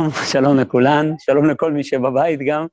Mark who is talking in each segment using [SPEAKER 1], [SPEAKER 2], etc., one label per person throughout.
[SPEAKER 1] שלום, שלום לכולן, שלום לכל מי שבבית גם.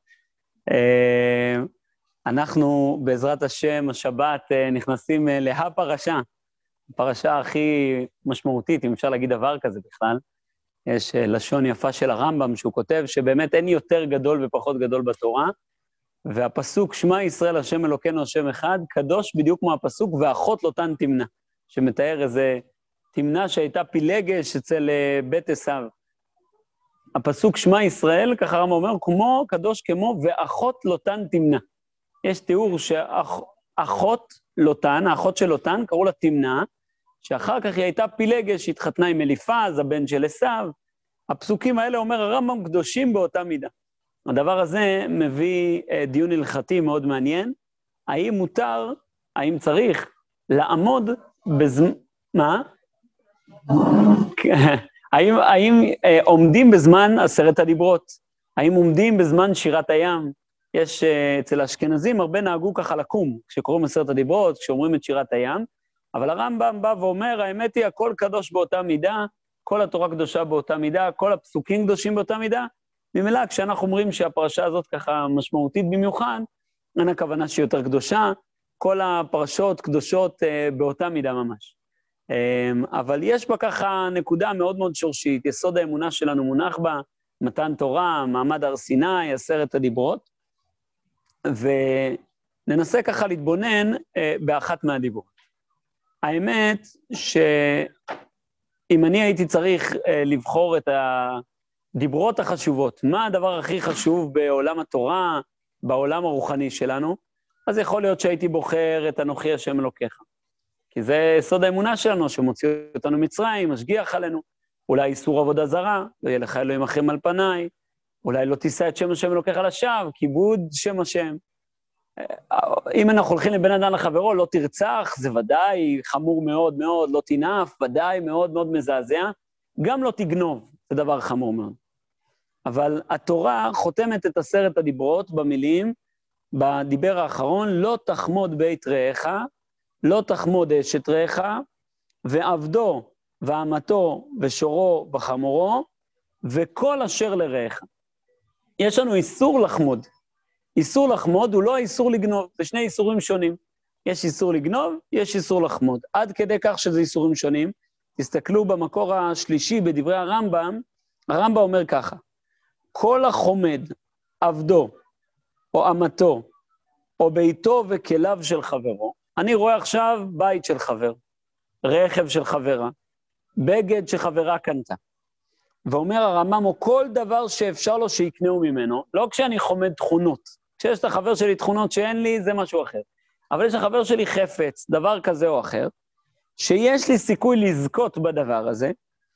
[SPEAKER 1] אנחנו בעזרת השם, השבת, נכנסים להפרשה, הפרשה הכי משמעותית, אם אפשר להגיד דבר כזה בכלל. יש לשון יפה של הרמב"ם שהוא כותב שבאמת אין יותר גדול ופחות גדול בתורה, והפסוק שמע ישראל השם אלוקינו השם אחד, קדוש בדיוק כמו הפסוק ואחות לוטן תמנע, שמתאר איזה תמנע שהייתה פילגש אצל בית עשיו. הפסוק שמע ישראל, ככה הרמב"ם אומר, כמו קדוש כמו ואחות לוטן תמנע. יש תיאור שאחות לוטן, האחות של לוטן, קראו לה תמנע, שאחר כך היא הייתה פילגש, התחתנה עם אליפז, הבן של עשיו. הפסוקים האלה אומר הרמב"ם קדושים באותה מידה. הדבר הזה מביא דיון הלכתי מאוד מעניין. האם מותר, האם צריך לעמוד בזמן, מה? האם עומדים בזמן 10 הדיברות? האם עומדים בזמן שירת הים? יש אצל האשכנזים הרבה נהגו ככה לקום, כשקוראים 10 הדיברות, כשאומרים את שירת הים, אבל הרמב"ם בא ואומר, האמת היא, הכל קדוש באותה מידה, כל התורה קדושה באותה מידה, כל הפסוקים קדושים באותה מידה, ממילא כשאנחנו אומרים שהפרשה הזאת ככה משמעותית במיוחד, אין הכוונה שהיא יותר קדושה, כל הפרשות קדושות באותה מידה ממש. אבל יש בה ככה נקודה מאוד מאוד שורשית, יסוד האמונה שלנו מונח בה, מתן תורה, מעמד הר סיני, 10 הדיברות, וננסה ככה להתבונן באחת מהדיברות. האמת שאם אני הייתי צריך לבחור את הדיברות החשובות, מה הדבר הכי חשוב בעולם התורה, בעולם הרוחני שלנו, אז יכול להיות שהייתי בוחר את אנוכי השם אלוקיך. כי זה סוד האמונה שלנו, שמוציא אותנו מצרים, משגיח עלינו. אולי איסור עבודה זרה, לא יהיה לך אלוהים אחרים על פניי, אולי לא תישא את שם השם אלוקיך לשווא, כיבוד שם השם. אם אנחנו הולכים לבן אדם לחברו, לא תרצח, זה ודאי חמור מאוד מאוד, לא תנאף, ודאי מאוד מאוד מזעזע, גם לא תגנוב, זה דבר חמור מאוד. אבל התורה חותמת את 10 הדיברות במילים, בדיבר האחרון, לא תחמוד בית רעך, לא תחמוד אשת רעך, ועבדו ואמתו ושורו וחמורו, וכל אשר לרעך. יש לנו איסור לחמוד. איסור לחמוד הוא לא האיסור לגנוב, זה שני איסורים שונים. יש איסור לגנוב, יש איסור לחמוד. עד כדי כך שזה איסורים שונים. תסתכלו במקור השלישי בדברי הרמב"ם, הרמב"ם אומר ככה, כל החומד, עבדו, או אמתו, או ביתו וכליו של חברו, אני רואה עכשיו בית של חבר, רכב של חברה, בגד שחברה קנתה. ואומר הרמב"ם, או כל דבר שאפשר לו שיקנהו ממנו, לא כשאני חומד תכונות. כשיש לחבר שלי תכונות שאין לי, זה משהו אחר. אבל יש לחבר שלי חפץ, דבר כזה או אחר, שיש לי סיכוי לזכות בדבר הזה,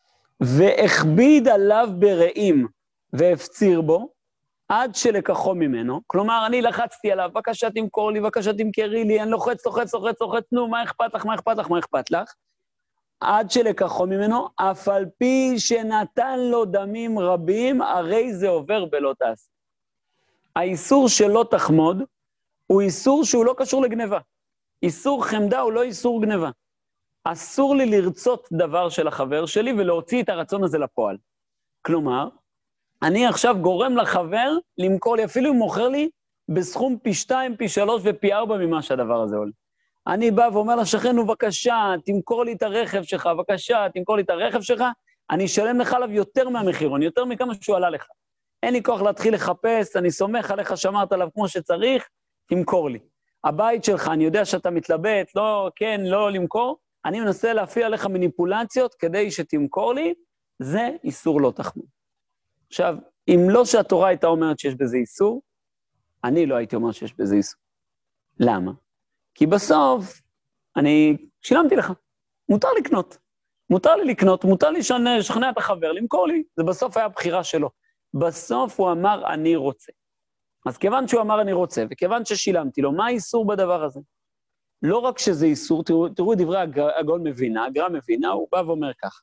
[SPEAKER 1] והכביד עליו ברעים והפציר בו, עד שלקחו ממנו, כלומר, אני לחצתי עליו, בבקשה תמכור לי, בבקשה תמכרי לי, אני לוחץ, נו, מה אכפת לך, מה אכפת לך, מה אכפת לך? עד שלקחו ממנו, אף על פי שנתן לו דמים רבים, הרי זה עובר בלא תעשה. האיסור שלא תחמוד, הוא איסור שהוא לא קשור לגניבה. איסור חמדה הוא לא איסור גניבה. אסור לי לרצות דבר של החבר שלי, ולהוציא את הרצון הזה לפועל. כלומר, אני עכשיו גורם לחבר למכור לי, אפילו אם מוכר לי, בסכום פי 2, פי 3 ופי 4 ממה שהדבר הזה עולה. אני בא ואומר לשכן, בבקשה, תמכור לי את הרכב שלך, בבקשה, תמכור לי את הרכב שלך, אני אשלם לך עליו יותר מהמחירון, יותר מכמה שהוא עלה לך. אין לי כוח להתחיל לחפש, אני סומך עליך, שמרת עליו כמו שצריך, תמכור לי. הבית שלך, אני יודע שאתה מתלבט, לא, כן, לא למכור, אני מנסה להפעיל עליך מניפולציות כדי שתמכור לי, זה איסור לא תחמוד. עכשיו, אם לא שהתורה הייתה אומרת שיש בזה איסור, אני לא הייתי אומר שיש בזה איסור. למה? כי בסוף, אני שילמתי לך, מותר לקנות. מותר לי לקנות, מותר לי לשכנע את החבר, למכור לי, זה בסוף היה הבחירה שלו. בסוף הוא אמר, אני רוצה. אז כיוון שהוא אמר, אני רוצה, וכיוון ששילמתי לו, מה האיסור בדבר הזה? לא רק שזה איסור, תראו דברי הגאון מבינה, הגר"א מבינה, הוא בא ואומר כך.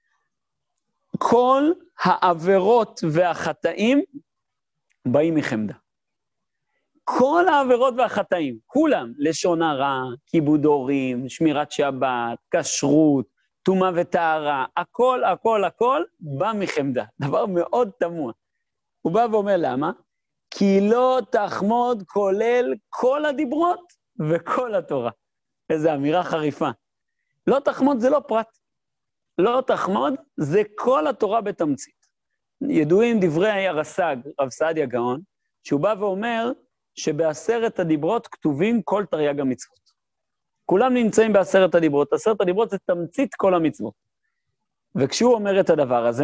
[SPEAKER 1] כל העבירות והחטאים באים מחמדה. כל העבירות והחטאים, כולם, לשון הרע, כיבוד הורים, שמירת שבת, כשרות, טומאה וטהרה, הכל, הכל, הכל בא מחמדה. דבר מאוד תמוה. הוא בא ואומר למה? כי לא תחמוד כולל כל הדיברות וכל התורה. איזו אמירה חריפה. לא תחמוד זה לא פרט. לא תחמוד זה כל התורה בתמצית. ידועים דברי הרס"ג, רב סעדיה גאון, שהוא בא ואומר שבעשרת הדיברות כתובים כל תרי"ג המצוות. כולם נמצאים בעשרת הדיברות. עשרת הדיברות זה תמצית כל המצוות. וכשהוא אומר את הדבר הזה,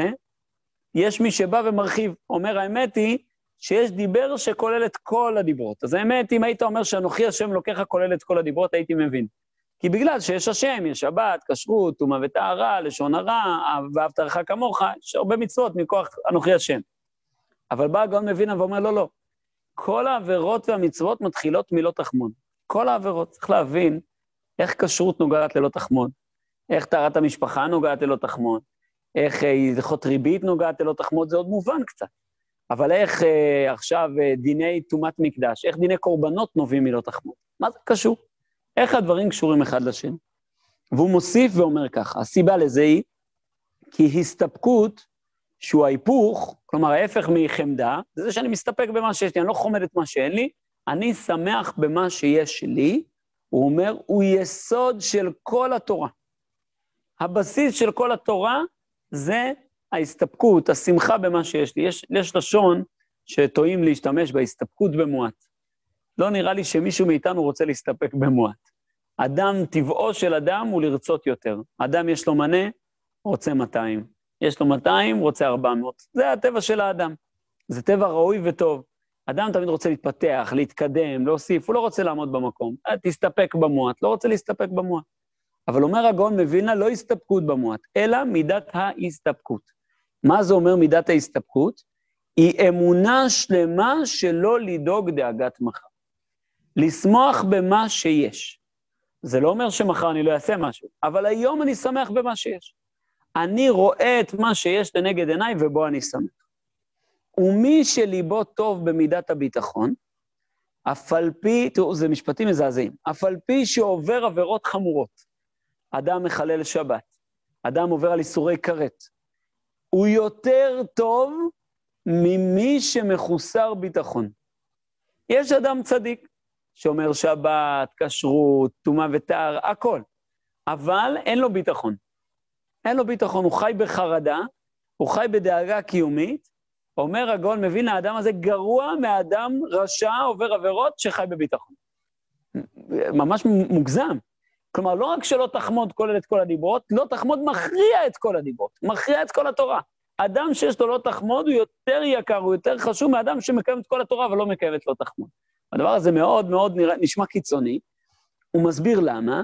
[SPEAKER 1] יש מי שבא ומרחיב. אומר, האמת היא שיש דיבר שכולל את כל הדיברות. אז האמת, אם היית אומר שאנוכי השם לוקח כולל את כל הדיברות, הייתי מבין. כי בגלל שיש השם, יש שבת, כשרות, טומאה וטהרה, לשון הרע, ואהבת לרעך כמוך, יש הרבה מצוות מכוח אנוכי השם. אבל בא הגאון מווילנה ואומר, לא, לא. כל העבירות והמצוות מתחילות מלא תחמוד. כל העבירות, צריך להבין איך כשרות נוגעת ללא תחמוד, איך טהרת המשפחה נוגעת ללא תחמוד, איך הלכות ריבית נוגעת ללא תחמוד, זה עוד מובן קצת. אבל איך עכשיו דיני טומאת מקדש, איך דיני קורבנות נובעים מלא תחמוד? מה זה קשור? איך הדברים קשורים אחד לשני? והוא מוסיף ואומר ככה, הסיבה לזה היא, כי הסתפקות, שהוא ההיפוך, כלומר ההפך מחמדה, זה זה שאני מסתפק במה שיש לי, אני לא חומד את מה שאין לי, אני שמח במה שיש לי, הוא אומר, הוא יסוד של כל התורה. הבסיס של כל התורה זה ההסתפקות, השמחה במה שיש לי. יש לשון שטועים להשתמש בהסתפקות במועט. לא נראה לי שמישהו מאיתנו רוצה להסתפק במועט. אדם, טבעו של אדם הוא לרצות יותר. אדם יש לו מנה, רוצה 200. יש לו 200, רוצה 400. זה הטבע של האדם. זה טבע ראוי וטוב. אדם תמיד רוצה להתפתח, להתקדם, להוסיף, הוא לא רוצה לעמוד במקום. תסתפק במועט, לא רוצה להסתפק במועט. אבל אומר הגאון מווילנה, לא הסתפקות במועט, אלא מידת ההסתפקות. מה זה אומר מידת ההסתפקות? היא אמונה שלמה שלא לדאוג דאגת מחר. לשמוח במה שיש. זה לא אומר שמחר אני לא אעשה משהו, אבל היום אני שמח במה שיש. אני רואה את מה שיש לנגד עיניי ובו אני שמח. ומי שליבו טוב במידת הביטחון, אף על פי, תראו, זה משפטים מזעזעים, אף על פי שעובר עבירות חמורות, אדם מחלל שבת, אדם עובר על איסורי כרת, הוא יותר טוב ממי שמחוסר ביטחון. יש אדם צדיק שאומר שבת, כשרות, טומאה וטהרה, הכל, אבל אין לו ביטחון. אין לו ביטחון, הוא חי בחרדה, הוא חי בדאגה קיומית, אומר הגאון מווילנה, האדם הזה גרוע מאדם רשע עובר עבירות שחי בביטחון. ממש מוגזם. כלומר, לא רק שלא תחמוד כולל את כל הדיברות, לא תחמוד מכריע את כל הדיברות, מכריע את כל התורה. אדם שיש לו לא תחמוד הוא יותר יקר, הוא יותר חשוב מאדם שמקיים את כל התורה אבל לא מקיים את לא תחמוד. הדבר הזה מאוד מאוד נשמע קיצוני. הוא מסביר למה,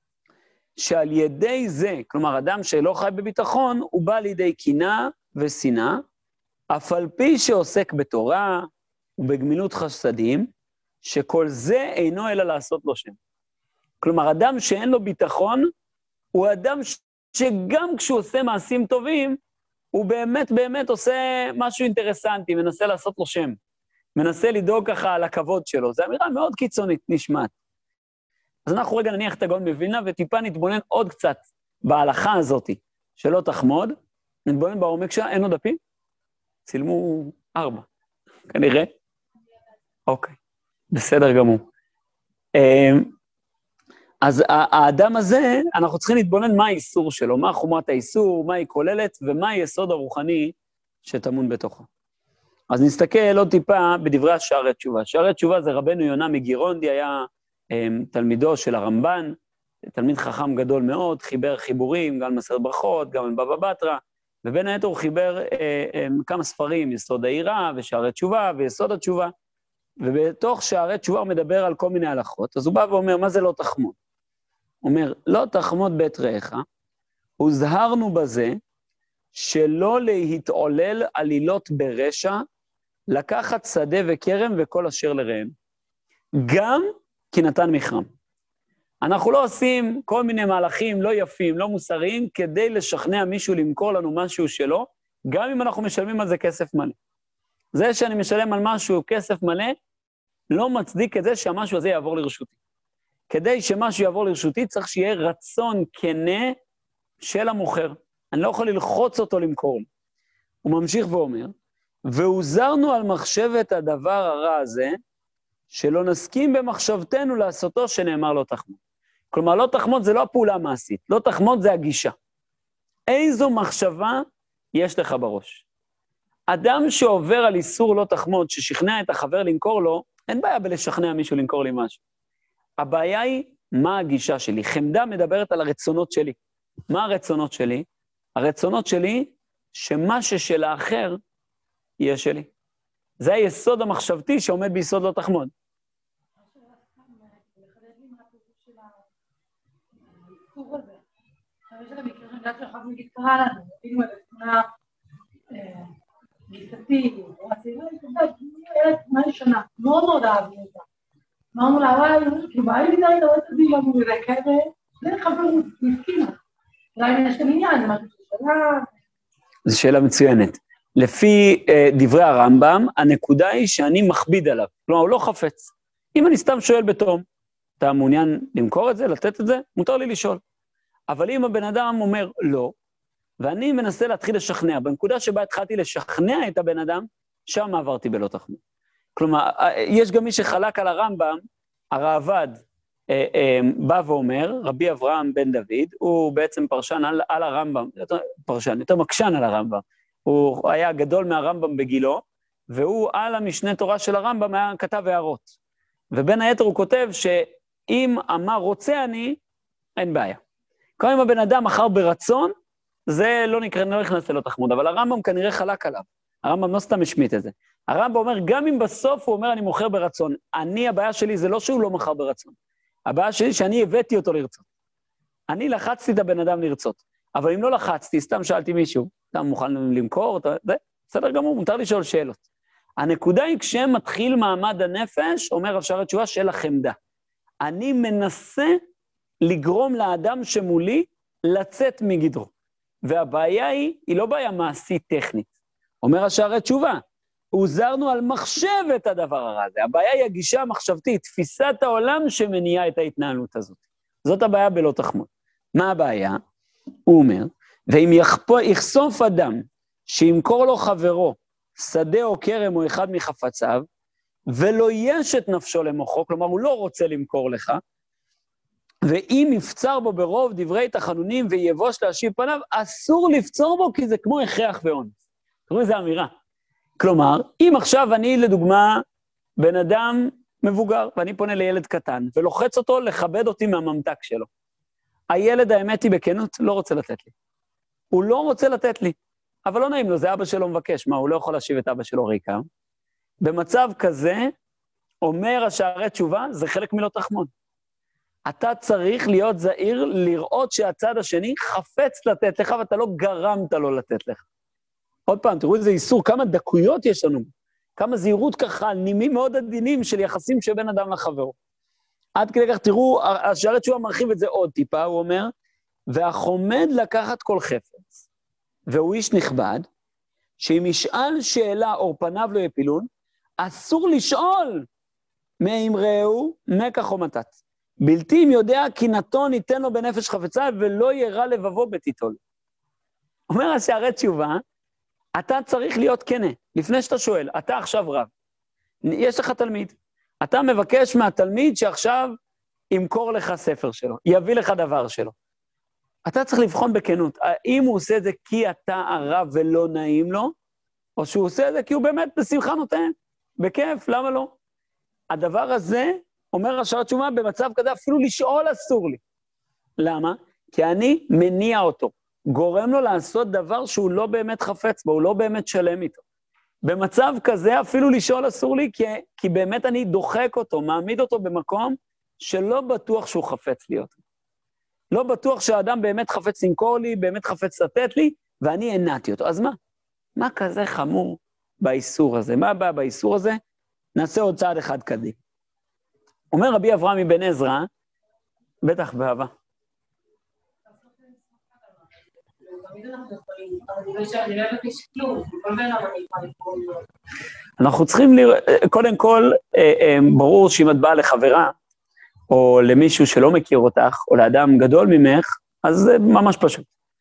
[SPEAKER 1] שעל ידי זה, כלומר, אדם שלא חי בביטחון, הוא בא לידי קנאה ושנאה, אף על פי שעוסק בתורה ובגמילות חסדים, שכל זה אינו אלא לעשות לו שם. כלומר, אדם שאין לו ביטחון, הוא אדם שגם כשהוא עושה מעשים טובים, הוא באמת באמת עושה משהו אינטרסנטי, מנסה לעשות לו שם, מנסה לדאוג ככה על הכבוד שלו. זו אמירה מאוד קיצונית, נשמעת. אז אנחנו רגע נניח את הגאון מווילנה, וטיפה נתבונן עוד קצת בהלכה הזאת, שלא תחמוד, נתבונן בעומק שלה, אין עוד דפים? צילמו 4, כנראה. אוקיי, בסדר גמור. אז האדם הזה, אנחנו צריכים להתבונן מה האיסור שלו, מה חומרת האיסור, מה היא כוללת, ומה היסוד הרוחני שטמון בתוכו. אז נסתכל עוד טיפה בדברי השערי תשובה. שערי תשובה זה רבנו יונה מגירונדי, היה תלמידו של הרמב"ן, תלמיד חכם גדול מאוד, חיבר חיבורים, גם מסכת ברכות, גם בבא בתרא, ובין היתר הוא חיבר כמה ספרים, יסוד העירה ושערי תשובה ויסוד התשובה, ובתוך שערי תשובה הוא מדבר על כל מיני הלכות, אז הוא בא ואומר, מה זה לא תחמוד? הוא אומר, לא תחמוד בית רעך, הוזהרנו בזה שלא להתעולל עלילות ברשע, לקחת שדה וכרם וכל אשר לרעם. גם כי נתן מחרם. אנחנו לא עושים כל מיני מהלכים לא יפים, לא מוסריים, כדי לשכנע מישהו למכור לנו משהו שלו, גם אם אנחנו משלמים על זה כסף מלא. זה שאני משלם על משהו כסף מלא, לא מצדיק את זה שהמשהו הזה יעבור לרשותי. כדי שמשהו יעבור לרשותי, צריך שיהיה רצון כנה של המוכר. אני לא יכול ללחוץ אותו למכור. הוא ממשיך ואומר, והוזרנו על מחשבת הדבר הרע הזה, שלא נסכים במחשבתנו לעשותו שנאמר לא תחמוד. כלומר, לא תחמוד זה לא הפעולה המעשית, לא תחמוד זה הגישה. איזו מחשבה יש לך בראש? אדם שעובר על איסור לא תחמוד, ששכנע את החבר למכור לו, אין בעיה בלשכנע מישהו למכור לי משהו. הבעיה היא, מה הגישה שלי? חמדה מדברת על הרצונות שלי. מה הרצונות שלי? הרצונות שלי, שמה ששל האחר יהיה שלי. זה היסוד המחשבתי שעומד ביסוד לא תחמוד.
[SPEAKER 2] יש לך מקרה חמדה שאחת מגיד קרא לנו, אפילו איזה תמונה גיסתי, או הצעירה, מה ישנה? מאוד מאוד אהבנו אותה. אמרנו לה, אבל, כאילו, בא לי מדי, לא תביא לנו מרקע, זה חברות, מסכימה. אולי אם יש כאן עניין, זה משהו ששאלה.
[SPEAKER 1] זו שאלה מצוינת. לפי דברי הרמב"ם, הנקודה היא שאני מכביד עליו. כלומר, הוא לא חפץ. אם אני סתם שואל בתום, אתה מעוניין למכור את זה, לתת את זה? מותר לי לשאול. אבל אם הבן אדם אומר לא, ואני מנסה להתחיל לשכנע, בנקודה שבה התחלתי לשכנע את הבן אדם, שם עברתי בלא תחמוד. כלומר, יש גם מי שחלק על הרמב"ם, הראב"ד בא ואומר, רבי אברהם בן דוד, הוא בעצם פרשן על הרמב"ם, פרשן, יותר מקשן על הרמב"ם, הוא היה גדול מהרמב"ם בגילו, והוא על המשנה תורה של הרמב"ם היה כתב הערות. ובין היתר הוא כותב שאם אמר רוצה אני, אין בעיה. כמו אם הבן אדם אחר ברצון, זה לא נכנס ללא תחמוד, אבל הרמב"ם כנראה חלק עליו. הרמב"ם לא סתם השמיט את זה. הרמב"ם אומר, גם אם בסוף הוא אומר, אני מוכר ברצון, הבעיה שלי זה לא שהוא לא מכר ברצון. הבעיה שלי שאני הבאתי אותו לרצות. אני לחצתי את הבן אדם לרצות. אבל אם לא לחצתי, סתם שאלתי מישהו, אתה מוכן למכור? זה בסדר גמור, מותר לשאול שאלות. הנקודה היא כשמתחיל מעמד הנפש, אומר אפשר התשובה של החמדה. אני מנסה לגרום לאדם שמולי לצאת מגדרו. והבעיה היא לא בעיה מעשית טכנית. אומר השערי תשובה, הוזרנו על מחשבת הדבר הרע הזה. הבעיה היא הגישה המחשבתית, תפיסת העולם שמניעה את ההתנהלות הזאת. זאת הבעיה בלא תחמוד. מה הבעיה? הוא אומר, ואם יחשוף אדם שימכור לו חברו, שדה או כרם או אחד מחפציו, ולא יש את נפשו למוחו, כלומר הוא לא רוצה למכור לך, ואם יפצר בו ברוב דברי תחנונים ויבוש להשיב פניו, אסור לפצור בו כי זה כמו הכרח ואונס. תראו איזה אמירה. כלומר, אם עכשיו אני לדוגמה בן אדם מבוגר, ואני פונה לילד קטן, ולוחץ אותו לכבד אותי מהממתק שלו. הילד האמת היא בכנות, לא רוצה לתת לי. הוא לא רוצה לתת לי, אבל לא נעים לו, זה אבא שלו מבקש, מה, הוא לא יכול להשיב את אבא שלו ריקם. במצב כזה, אומר השערי תשובה, זה חלק מלא תחמוד. אתה צריך להיות זהיר, לראות שהצד השני חפץ לתת לך, ואתה לא גרמת לו לתת לך. עוד פעם, תראו איזה איסור, כמה דקויות יש לנו, כמה זהירות ככה, נימים מאוד עדינים של יחסים שבין אדם לחברו. עד כדי כך, תראו, השערי תשובה מרחיב את זה עוד טיפה, הוא אומר, והחומד לקחת כל חפץ, והוא איש נכבד, שאם ישאל שאלה או פניו לא יפילון, אסור לשאול מאמרהו מקח או מתת. בלתי אם יודע כי נתון ייתן לו בנפש חפצה ולא ירא לבבו בתיטול. אומר השערי תשובה, אתה צריך להיות כנה, לפני שאתה שואל, אתה עכשיו רב, יש לך תלמיד, אתה מבקש מהתלמיד שעכשיו ימכור לך ספר שלו, יביא לך דבר שלו. אתה צריך לבחון בכנות, האם הוא עושה את זה כי אתה הרב ולא נעים לו, או שהוא עושה את זה כי הוא באמת בשמחה נותן, בכיף, למה לא? הדבר הזה, אומר השערי תשובה, במצב כזה אפילו לשאול אסור לי. למה? כי אני מניע אותו, גורם לו לעשות דבר שהוא לא באמת חפץ בו, הוא לא באמת שלם איתו. במצב כזה אפילו לשאול אסור לי, כי באמת אני דוחק אותו, מעמיד אותו במקום שלא בטוח שהוא חפץ להיות. לא בטוח שהאדם באמת חפץ למכור לי, באמת חפץ לתת לי, ואני הנעתי אותו. אז מה? מה כזה חמור באיסור הזה? מה הבא באיסור הזה? נעשה עוד צעד אחד קדימה. אומר רבי אברהם מבן עזרא, בטח באהבה. אנחנו צריכים לראות, קודם כל, ברור שאם את באה לחברה, או למישהו שלא מכיר אותך, או לאדם גדול ממך, אז זה ממש פשוט.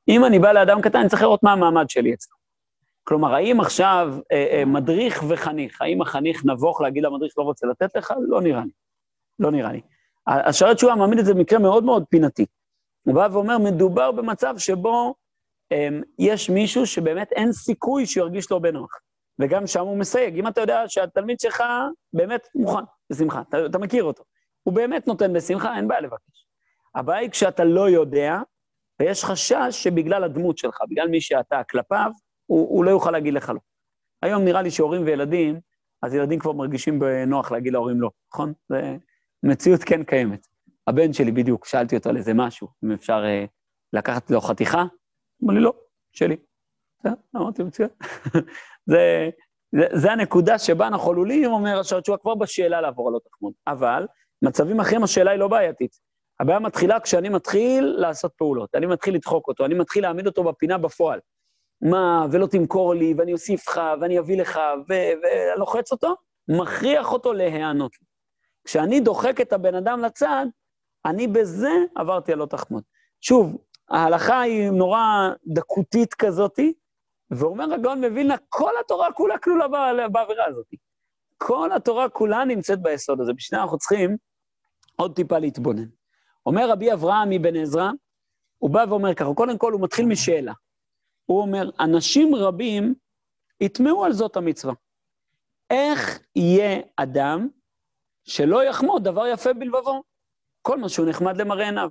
[SPEAKER 1] אם אני בא לאדם קטן, אני צריך לראות מה המעמד שלי אצלו. כלומר, האם עכשיו מדריך וחניך, האם החניך נבוך להגיד למדריך לא רוצה לתת לך? לא נראה לי. לא נראה לי. השער תשובה מעמיד את זה במקרה מאוד מאוד פינתי. הוא בא ואומר, מדובר במצב שבו יש מישהו שבאמת אין סיכוי שירגיש לו בנוח. וגם שם הוא מסייג. אם אתה יודע שהתלמיד שלך באמת מוכן, בשמחה, אתה מכיר אותו. הוא באמת נותן בשמחה, אין בעיה לבקש. הבעיה היא כשאתה לא יודע, ויש חשש שבגלל הדמות שלך, בגלל מי שאתה כלפיו, הוא לא יוכל להגיד לך לא. היום נראה לי שהורים וילדים, אז ילדים כבר מרגישים בנוח להגיד להורים לא, נכון? זה מציאות כן קיימת. הבן שלי בדיוק, שאלתי אותו על איזה משהו, אם אפשר לקחת לו חתיכה, אמר לי לא, שלי. אמרתי, מצוין. זה הנקודה שבה אנחנו עלולים, אומר השער תשובה כבר בשאלה לעבור על לא תחמוד. אבל מצבים אחרים השאלה היא לא בעייתית. הבעיה מתחילה כשאני מתחיל לעשות פעולות, אני מתחיל לדחוק אותו, אני מתחיל להעמיד אותו בפינה בפועל. מה, ולא תמכור לי, ואני אוסיף לך, ואני אביא לך, ולוחץ אותו, מכריח אותו להיענות לי. כשאני דוחק את הבן אדם לצד, אני בזה עברתי על לא תחמוד. שוב, ההלכה היא נורא דקותית כזאת, ואומר הגאון מווילנה, כל התורה כולה כלולה בעבירה הזאת. כל התורה כולה נמצאת ביסוד הזה. בשביל אנחנו צריכים עוד טיפה להתבונן. אומר רבי אברהם מבן עזרא, הוא בא ואומר ככה, קודם כל הוא מתחיל משאלה. הוא אומר, אנשים רבים יתמעו על זאת המצווה. איך יהיה אדם שלא יחמוד דבר יפה בלבבו? כל מה שהוא נחמד למראה עיניו.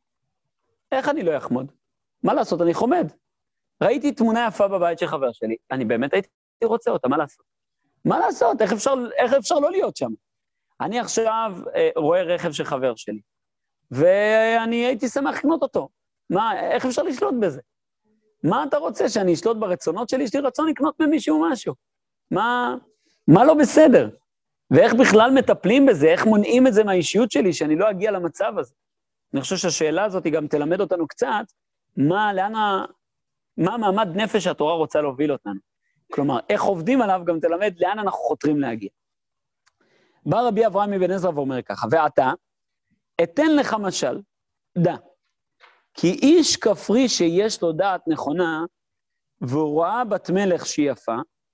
[SPEAKER 1] איך אני לא יחמוד? מה לעשות? אני חומד. ראיתי תמונה יפה בבית של חבר שלי, אני באמת הייתי רוצה אותה, מה לעשות? מה לעשות? איך אפשר לא להיות שם? אני עכשיו רואה רכב של חבר שלי, ואני הייתי שמח לקנות אותו. איך אפשר לשלוט בזה? מה אתה רוצה, שאני אשלוט ברצונות שלי? יש לי רצון לקנות ממישהו משהו. מה לא בסדר? ואיך בכלל מטפלים בזה? איך מונעים את זה מהאישיות שלי, שאני לא אגיע למצב הזה? אני חושב שהשאלה הזאת היא גם תלמד אותנו קצת, מה מעמד נפש שהתורה רוצה להוביל אותנו. כלומר, איך עובדים עליו גם תלמד לאן אנחנו חותרים להגיע. בא רבי אברהם מבן עזרא ואומר ככה, ועתה, אתן לך משל, דע, כי איש כפרי שיש לו דעת נכונה, והוא ראה בת מלך שהיא יפה,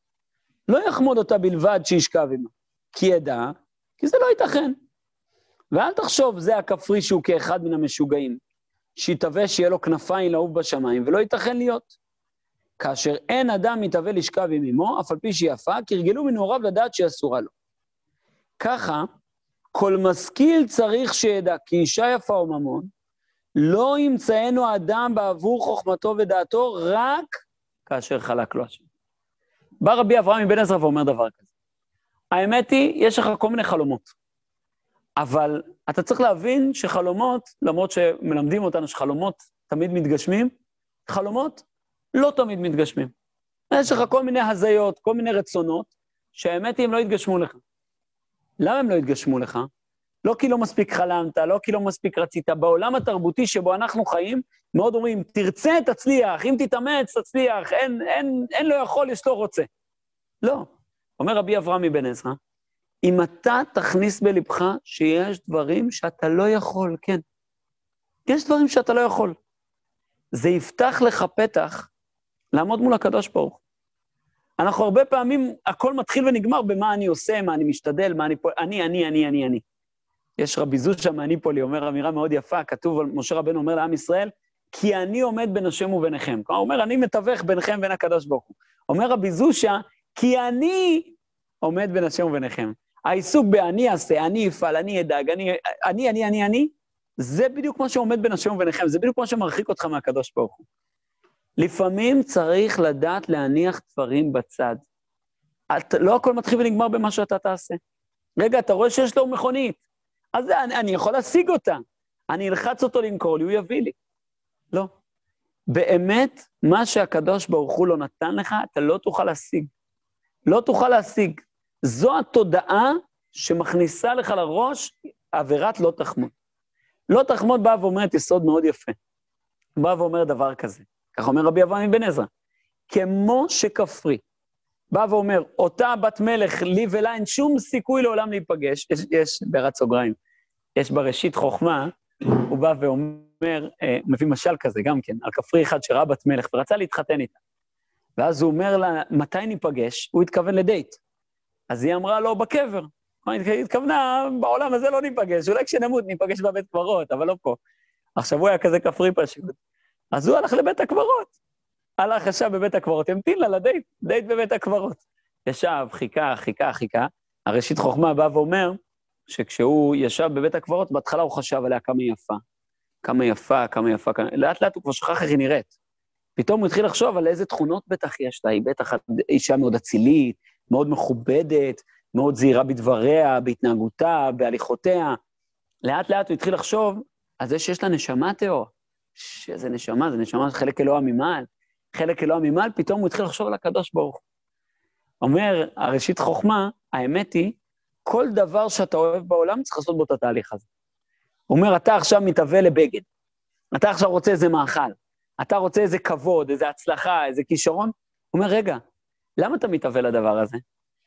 [SPEAKER 1] לא יחמוד אותה בלבד שישכב עמה, כי ידע, כי זה לא ייתכן. ואל תחשוב, זה הכפרי שהוא כאחד מן המשוגעים, שיתווה שיהיה לו כנפיים לעוף בשמיים, ולא ייתכן להיות. כאשר אין אדם מתהווה לשכב עם אמו, אף על פי שהיא יפה, כי הרגלו מנעוריו לדעת שהיא אסורה לו. ככה, כל משכיל צריך שידע, כי אישה יפה או ממון, לא ימצאנו האדם בעבור חוכמתו ודעתו, רק כאשר חלק לו השם. בא רבי אברהם מבן עזרא ואומר דבר כזה. האמת היא, יש לך כל מיני חלומות. אבל אתה צריך להבין שחלומות, למרות שמלמדים אותנו שחלומות תמיד מתגשמים, חלומות לא תמיד מתגשמים. יש לך כל מיני הזיות, כל מיני רצונות, שהאמת היא הם לא יתגשמו לך. למה הם לא יתגשמו לך? לא כי לא מספיק חלמת, לא כי לא מספיק רצית. בעולם התרבותי שבו אנחנו חיים, מאוד אומרים, תרצה תצליח, אם תתאמץ תצליח, אין לא יכול, יש לא רוצה. לא. אומר רבי אברהם מבן עזרא, אם אתה תכניס בלבך שיש דברים שאתה לא יכול, כן. יש דברים שאתה לא יכול. זה יפתח לך פתח לעמוד מול הקדוש ברוך. אנחנו הרבה פעמים, הכל מתחיל ונגמר במה אני עושה, מה אני משתדל, מה אני פה, אני. יש רבי זושה מהניפולי, אומר אמירה מאוד יפה, כתוב על משה רבנו אומר לעם ישראל, כי אני עומד בין השם וביניכם. כלומר, הוא אומר, אני מתווך ביניכם ובין הקדוש ברוך הוא. אומר רבי זושה, כי אני עומד בין השם וביניכם. העיסוק באני אעשה, אני אפעל, אני אדאג, אני, זה בדיוק מה שעומד בין השם וביניכם, זה בדיוק מה שמרחיק אותך מהקדוש ברוך הוא. לפעמים צריך לדעת להניח דברים בצד. לא הכל מתחיל ונגמר במה שאתה תעשה. רגע, אתה רואה שיש לו מכונית, אז אני יכול להשיג אותה. אני אלחץ אותו למכור לי, הוא יביא לי. לא. באמת, מה שהקדוש ברוך הוא לא נתן לך, אתה לא תוכל להשיג. לא תוכל להשיג. זו התודעה שמכניסה לך לראש עבירת לא תחמוד. לא תחמוד בא ואומרת יסוד מאוד יפה. בא ואומר דבר כזה. כך אומר רבי אברהם מבן עזרא. כמו שכפרי. בא ואומר, אותה בת מלך לי ולה אין שום סיכוי לעולם להיפגש. יש בערת סוגריים. יש בראשית חוכמה, הוא בא ואומר, מביא משל כזה גם כן, על כפרי אחד שראה בת מלך ורצה להתחתן איתה. ואז הוא אומר לה, מתי ניפגש? הוא התכוון לדייט. אז היא אמרה לו, בקבר. היא התכוונה, בעולם הזה לא ניפגש, אולי כשנמות ניפגש בבית קברות, אבל לא פה. עכשיו הוא היה כזה כפרי פשוט. אז הוא הלך לבית הקברות. הלך ישב בבית הקברות, המתין לה לדייט, דייט בבית הקברות. ישב, חיכה. הראשית חוכמה בא ואומר, שכשהוא ישב בבית הקברות, בהתחלה הוא חשב עליה כמה יפה. לאט לאט הוא כבר שכח איך היא נראית. פתאום הוא התחיל לחשוב על איזה תכונות בטח יש לה, היא בטח אישה מאוד אצילית, מאוד מכובדת, מאוד זהירה בדבריה, בהתנהגותה, בהליכותיה. לאט לאט הוא התחיל לחשוב על זה שיש לה נשמה טהור. שזה נשמה, זה נשמה חלק אלוה ממעל. חלק אלוה ממעל, פתאום הוא התחיל לחשוב על הקדוש ברוך. אומר, הראשית חוכמה, האמת היא, כל דבר שאתה אוהב בעולם צריך לעשות בו את התהליך הזה. הוא אומר, אתה עכשיו מתהווה לבגד. אתה עכשיו רוצה איזה מאכל. אתה רוצה איזה כבוד, איזה הצלחה, איזה כישרון. הוא אומר, רגע, למה אתה מתהווה לדבר הזה?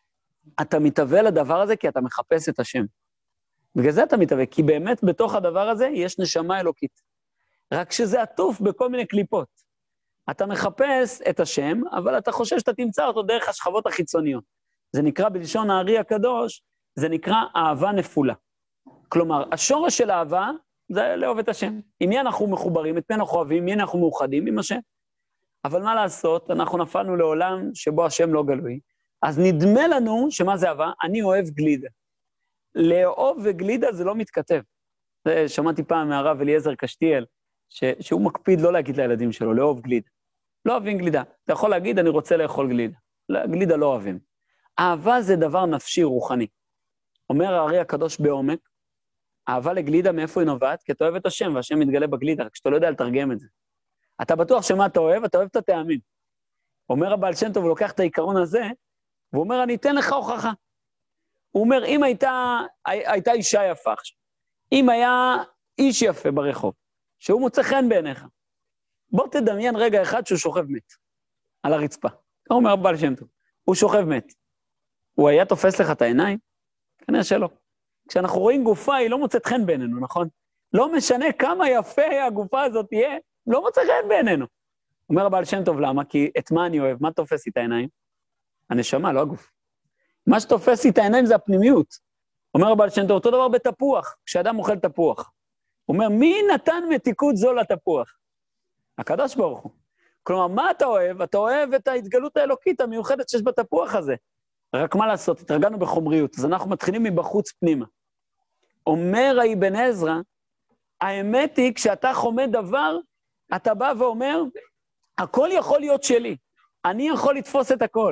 [SPEAKER 1] אתה מתהווה לדבר הזה כי אתה מחפש את השם. בגלל זה אתה מתהווה, כי באמת בתוך הדבר הזה יש נשמה אלוקית. רק שזה עטוף בכל מיני קליפות. אתה מחפש את השם, אבל אתה חושב שאתה תמצא אותו דרך השכבות החיצוניות. זה נקרא בלשון הארי הקדוש, זה נקרא אהבה נפולה. כלומר, השורש של אהבה זה לאהוב את השם. עם מי אנחנו מחוברים, את מי אנחנו אוהבים, עם מי אנחנו מאוחדים, עם השם. אבל מה לעשות, אנחנו נפלנו לעולם שבו השם לא גלוי, אז נדמה לנו שמה זה אהבה? אני אוהב גלידה. לאהוב וגלידה זה לא מתכתב. שמעתי פעם מהרב אליעזר קשתיאל, שהוא מקפיד לא להגיד לילדים שלו, לאהוב גלידה. לא אוהבים גלידה. אתה יכול להגיד, אני רוצה לאכול גלידה. גלידה לא אוהבים. אהבה זה דבר נפשי, רוחני. אומר הארי הקדוש בעומק, אהבה לגלידה מאיפה היא נובעת? כי אתה אוהב את השם, והשם מתגלה בגלידה, רק שאתה לא יודע לתרגם את זה. אתה בטוח שמה אתה אוהב את הטעמים. אומר הבעל שם טוב, הוא לוקח את העיקרון הזה, והוא אומר, אני אתן לך הוכחה. הוא אומר, אם הייתה אישה יפה עכשיו, אם היה איש יפה ברחוב, שהוא מוצא חן בעיניך, בוא תדמיין רגע אחד שהוא שוכב מת, על הרצפה. הוא אומר הבעל שם טוב, הוא שוכב מת. הוא היה תופס לך את העיניים? כנראה שלא. כשאנחנו רואים גופה, היא לא מוצאת חן בעינינו, נכון? לא משנה כמה יפה הגופה הזאת תהיה, לא מוצא חן בעינינו. אומר הבעל שם טוב, למה? כי את מה אני אוהב? מה תופס לי את העיניים? הנשמה, לא הגוף. מה שתופס לי את העיניים זה הפנימיות. אומר הבעל שם טוב, אותו דבר בתפוח, כשאדם אוכל תפוח. הוא אומר, מי נתן מתיקות זו לתפוח? הקדוש ברוך הוא. כלומר, מה אתה אוהב? אתה אוהב את ההתגלות האלוקית המיוחדת שיש בתפוח הזה. רק מה לעשות? התרגלנו בחומריות, אז אנחנו מתחילים מבחוץ פנימה. אומר האבן עזרא, האמת היא, כשאתה חומד דבר, אתה בא ואומר, הכל יכול להיות שלי, אני יכול לתפוס את הכל.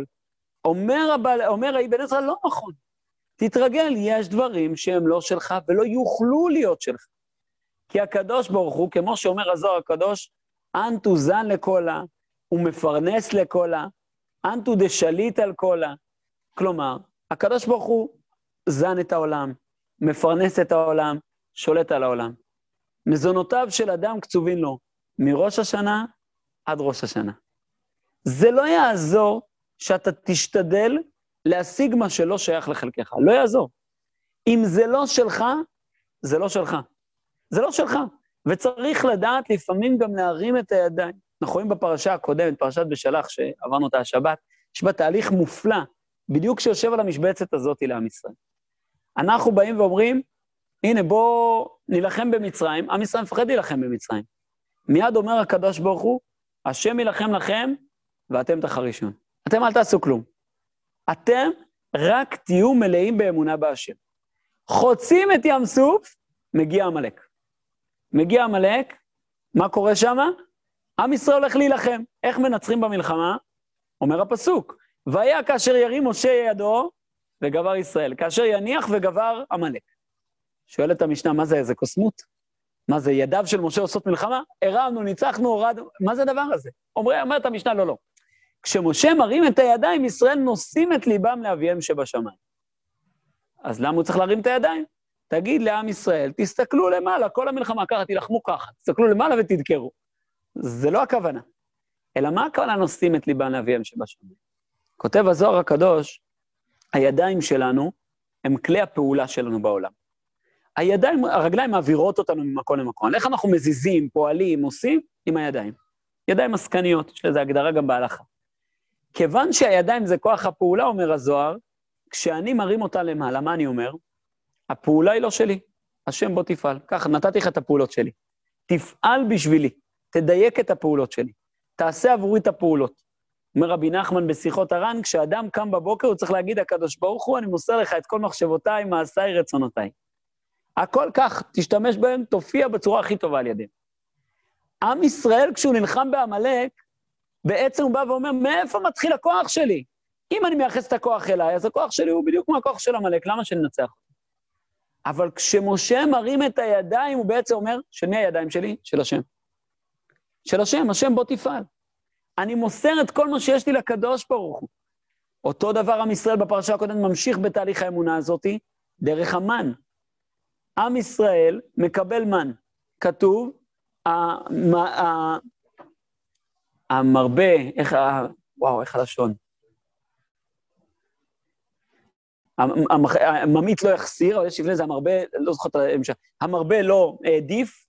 [SPEAKER 1] אומר האבן עזרא, לא נכון. תתרגל, יש דברים שהם לא שלך ולא יוכלו להיות שלך. כי הקדוש ברוך הוא, כמו שאומר הזוהר הקדוש, אנטו זן לקולה, הוא מפרנס לקולה, אנטו דשליט על קולה. כלומר, הקדוש ברוך הוא זן את העולם, מפרנס את העולם, שולט על העולם. מזונותיו של אדם קצובים לו, מראש השנה עד ראש השנה. זה לא יעזור שאתה תשתדל להשיג מה שלא שייך לחלקך, לא יעזור. אם זה לא שלך, זה לא שלך. זה לא שלך. וצריך לדעת לפעמים גם להרים את הידיים. אנחנו רואים בפרשה הקודמת, פרשת בשלח שעברנו אותה השבת, יש בה תהליך מופלא, בדיוק שיושב על המשבצת הזאת לעם ישראל. אנחנו באים ואומרים, הנה בוא נלחם במצרים, עם ישראל מפחד להילחם במצרים. מיד אומר הקדוש ברוך הוא, השם ילחם לכם, ואתם תחרישון. אתם אל תעשו כלום. אתם רק תהיו מלאים באמונה בהשם. חוצים את ים סוף, מגיע עמלק. מגיע עמלק, מה קורה שם? עם ישראל הולך להילחם. איך מנצחים במלחמה? אומר הפסוק, והיה כאשר ירים משה ידו, וגבר ישראל. כאשר יניח וגבר עמלק. שואלת המשנה, מה זה? איזה קוסמות? מה זה? ידיו של משה עושות מלחמה? הרמנו, ניצחנו, הורדנו. מה זה הדבר הזה? אומרת המשנה, לא, לא. כשמשה מרים את הידיים, ישראל נושאים את ליבם לאביהם שבשמיים. אז למה הוא צריך להרים את הידיים? תגיד לעם ישראל, תסתכלו למעלה, כל המלחמה ככה, תלחמו ככה, תסתכלו למעלה ותדקרו. זה לא הכוונה. אלא מה הכוונה נושאים את ליבם לאביהם שבשמיים? כותב הזוהר הקדוש, הידיים שלנו הם כלי הפעולה שלנו בעולם. הידיים, הרגליים מעבירות אותנו ממקום למקום. איך אנחנו מזיזים, פועלים, עושים? עם הידיים. ידיים עסקניות, יש לזה הגדרה גם בהלכה. כיוון שהידיים זה כוח הפעולה, אומר הזוהר, כשאני מרים אותה למעלה, מה אני אומר? הפעולה היא לא שלי, השם בוא תפעל. ככה, נתתי לך את הפעולות שלי. תפעל בשבילי, תדייק את הפעולות שלי, תעשה עבורי את הפעולות. אומר רבי נחמן בשיחות הר"ן, כשאדם קם בבוקר, הוא צריך להגיד, הקדוש ברוך הוא, אני מוסר לך את כל מחשבותיי, מעשיי, רצונותיי. הכל כך, תשתמש בהם, תופיע בצורה הכי טובה על ידיהם. עם ישראל, כשהוא נלחם בעמלק, בעצם הוא בא ואומר, מאיפה מתחיל הכוח שלי? אם אני מייחס את הכוח אליי, אז הכוח שלי הוא בדיוק כמו הכוח של עמלק, למה שננצח? אבל כשמשה מרים את הידיים, הוא בעצם אומר, של מי הידיים שלי? של השם. של השם, השם בוא תפעל. אני מוסר את כל מה שיש לי לקדוש ברוך הוא. אותו דבר עם ישראל בפרשה הקודמת ממשיך בתהליך האמונה הזאת, דרך המן. עם ישראל מקבל מן. כתוב, המרבה, איך הלשון? הממית לא יחסיר, אבל יש לפני זה המרבה, לא זוכר את המשך, המרבה לא העדיף,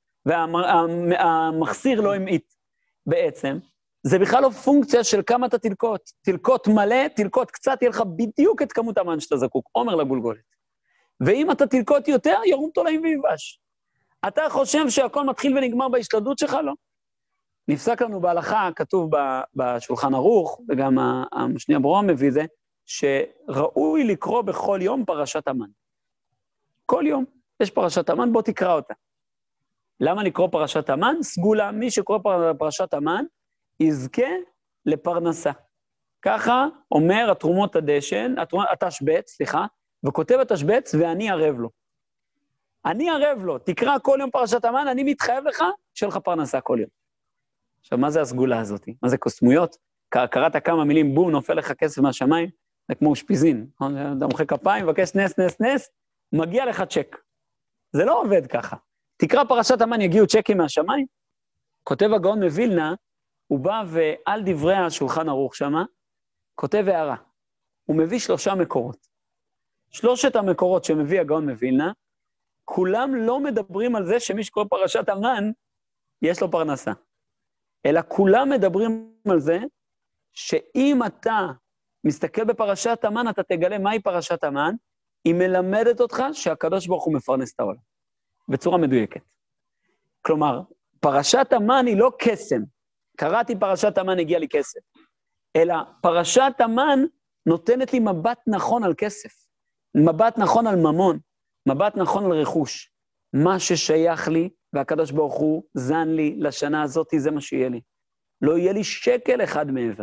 [SPEAKER 1] והמחסיר לא המעיט. בעצם, זה בכלל לא פונקציה של כמה אתה תלקוט. תלקוט מלא, תלקוט קצת, יהיה לך בדיוק את כמות המן שאתה זקוק, אומר לגולגולת. ואם אתה תלקוט יותר, ירום תולעים ויבש. אתה חושב שהכל מתחיל ונגמר בהשתדלות שלך? לא. נפסק לנו בהלכה, כתוב בשולחן ערוך, וגם המשני אברהם מביא זה, שראוי לקרוא בכל יום פרשת המן. כל יום יש פרשת המן, בוא תקרא אותה. למה לקרוא פרשת המן? סגולה, מי שקורא פרשת המן, יזכה לפרנסה. ככה אומר התרומות הדשן, התשבץ, סליחה, וכותב התשבץ, ואני ערב לו. אני ערב לו, תקרא כל יום פרשת המן, אני מתחייב לך, שיהיה לך פרנסה כל יום. עכשיו, מה זה הסגולה הזאת? מה זה קוסמויות? קראת כמה מילים, בום, נופל לך כסף מהשמיים, זה כמו אושפיזין, אתה מוחא כפיים, מבקש נס, נס, נס, מגיע לך צ'ק. זה לא עובד ככה. תקרא פרשת המן, יגיעו צ'קים מהשמיים. כותב הגאון מווילנה, הוא בא ועל דברי השולחן ערוך שמה, כותב הערה. הוא מביא 3 מקורות. 3 המקורות שמביא הגאון מווילנה, כולם לא מדברים על זה שמי שקורא פרשת המן, יש לו פרנסה. אלא כולם מדברים על זה, שאם אתה מסתכל בפרשת המן, אתה תגלה מהי פרשת המן, היא מלמדת אותך שהקדוש ברוך הוא מפרנס את העולם. בצורה מדויקת. כלומר, פרשת המן היא לא קסם. קראתי פרשת המן, הגיע לי כסף. אלא פרשת המן נותנת לי מבט נכון על כסף. מבט נכון על ממון. מבט נכון על רכוש. מה ששייך לי, והקדוש ברוך הוא זן לי לשנה הזאת, זה מה שיהיה לי. לא יהיה לי שקל אחד מעבר.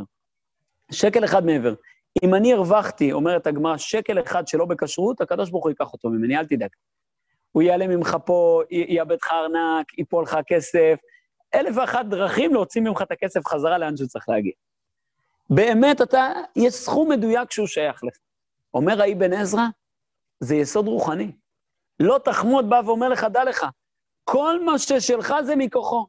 [SPEAKER 1] שקל אחד מעבר. אם אני הרווחתי, אומרת הגמרא, שקל אחד שלא בכשרות, הקדוש ברוך הוא ייקח אותו ממני, אל תדאג. הוא יעלה ממך פה, יאבד לך ארנק, ייפול לך כסף, 1,001 דרכים להוציא ממך את הכסף חזרה לאן שהוא צריך להגיע. באמת יש סכום מדויק שהוא שייך לך. אומר האבן עזרא, זה יסוד רוחני. לא תחמוד בא ואומר לך, דע לך, כל מה ששלך זה מכוחו.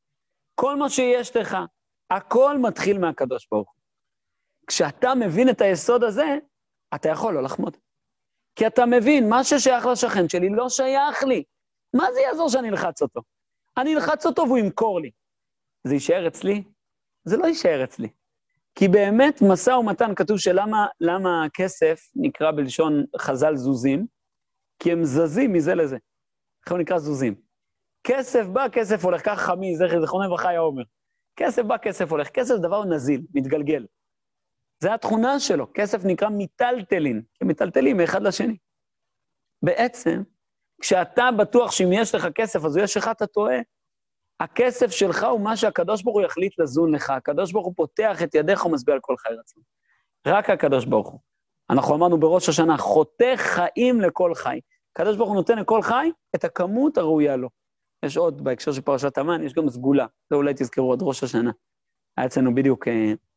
[SPEAKER 1] כל מה שיש לך, הכל מתחיל מהקדוש ברוך הוא. כשאתה מבין את היסוד הזה, אתה יכול לא לחמוד. כי אתה מבין, מה ששייך לשכן שלי לא שייך לי. מה זה יעזור שאני אלחץ אותו? אני אלחץ אותו והוא ימכור לי. זה יישאר אצלי? זה לא יישאר אצלי. כי באמת משא ומתן כתוב למה הכסף נקרא בלשון חז"ל זוזים, כי הם זזים מזה לזה. איך הוא נקרא זוזים? כסף בא, כסף הולך, כך חמי, זכרונו לברכה היה אומר. כסף בא, כסף הולך. כסף דבר נזיל, מתגלגל. זה התכונה שלו. כסף נקרא מיטלטלין, כי מיטלטלים מאחד לשני. בעצם, כשאתה בטוח שאם יש לך כסף, אז הוא יש לך, אתה טועה. הכסף שלך הוא מה שהקדוש ברוך הוא יחליט לזון לך. הקדוש ברוך הוא פותח את ידיך ומשביע על כל חי רצון. רק הקדוש ברוך הוא. אנחנו אמרנו בראש השנה, חותך חיים לכל חי. הקדוש ברוך הוא נותן לכל חי את הכמות הראויה לו. יש עוד, בהקשר של פרשת המן, יש גם סגולה. זה אולי תזכרו עוד ראש השנה. היה אצלנו בדיוק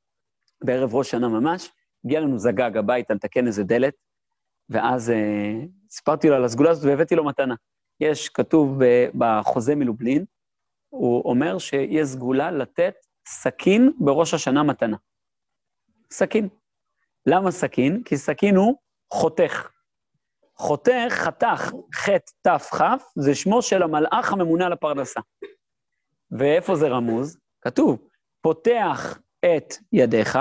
[SPEAKER 1] בערב ראש שנה ממש, הגיע לנו זגג הבית, לתקן איזה דלת, ואז סיפרתי לו על הסגולה הזאת והבאתי לו מתנה. יש, כתוב בחוזה מלובלין, הוא אומר שיש סגולה לתת סכין בראש השנה מתנה. סכין. למה סכין? כי סכין הוא חותך. חתך, חט תף כף, זה שמו של המלאך הממונה על הפרנסה. ואיפה זה רמוז? כתוב, פותח את ידיך,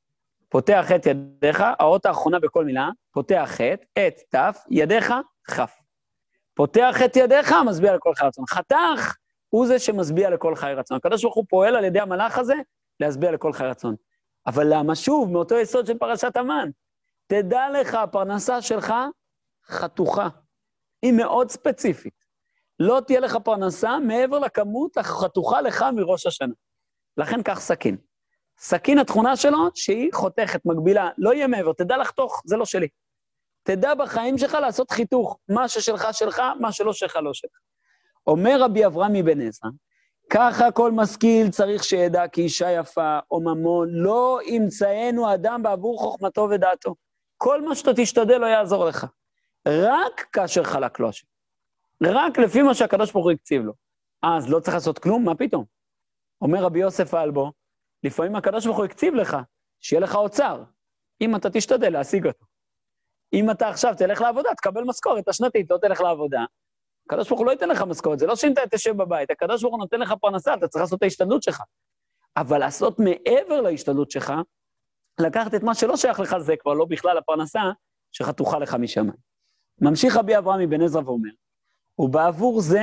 [SPEAKER 1] האות האחרונה בכל מילה, פותח את תף, ידיך כף. פותח את ידיך, משביע לכל חי רצון. חתך הוא זה שמשביע לכל חי רצון. הקדוש ברוך הוא פועל על ידי המלאך הזה, להשביע לכל חי רצון. אבל למה שוב, מאותו יסוד של פרשת המן, תדע לך, הפרנסה שלך חתוכה. היא מאוד ספציפית. לא תהיה לך פרנסה מעבר לכמות החתוכה לך מראש השנה. לכן כך סכין. סכין התכונה שלו שהיא חותכת, מגבילה, לא יהיה מעבר, תדע לחתוך, זה לא שלי. תדע בחיים שלך לעשות חיתוך, מה ששלך שלך, מה שלא שלך לא שלך. אומר רבי אברהם מבן עזרא, ככה כל משכיל צריך שידע כי אישה יפה או ממון, לא ימצאנו אדם בעבור חוכמתו ודעתו. כל מה שאתה תשתדל לא יעזור לך. רק כאשר חלק לו השם. רק לפי מה שהקדוש ברוך הוא הקציב לו. אז לא צריך לעשות כלום, מה פתאום? אומר רבי יוסף האלבו, לפעמים הקדוש ברוך הוא הקציב לך, שיהיה לך אוצר, אם אתה תשתדל להשיג אותו. אם אתה עכשיו תלך לעבודה, תקבל משכורת השנתית, לא תלך לעבודה, הקדוש ברוך הוא לא ייתן לך משכורת, זה לא שאם אתה תשב בבית, הקדוש ברוך הוא נותן לך פרנסה, אתה צריך לעשות את ההשתדלות שלך. אבל לעשות מעבר להשתדלות שלך, לקחת את מה שלא שייך לך, זה כבר לא בכלל הפרנסה שחתוכה לך משמיים. ממשיך רבי אברהם מבן עזרא ואומר, ובעבור זה,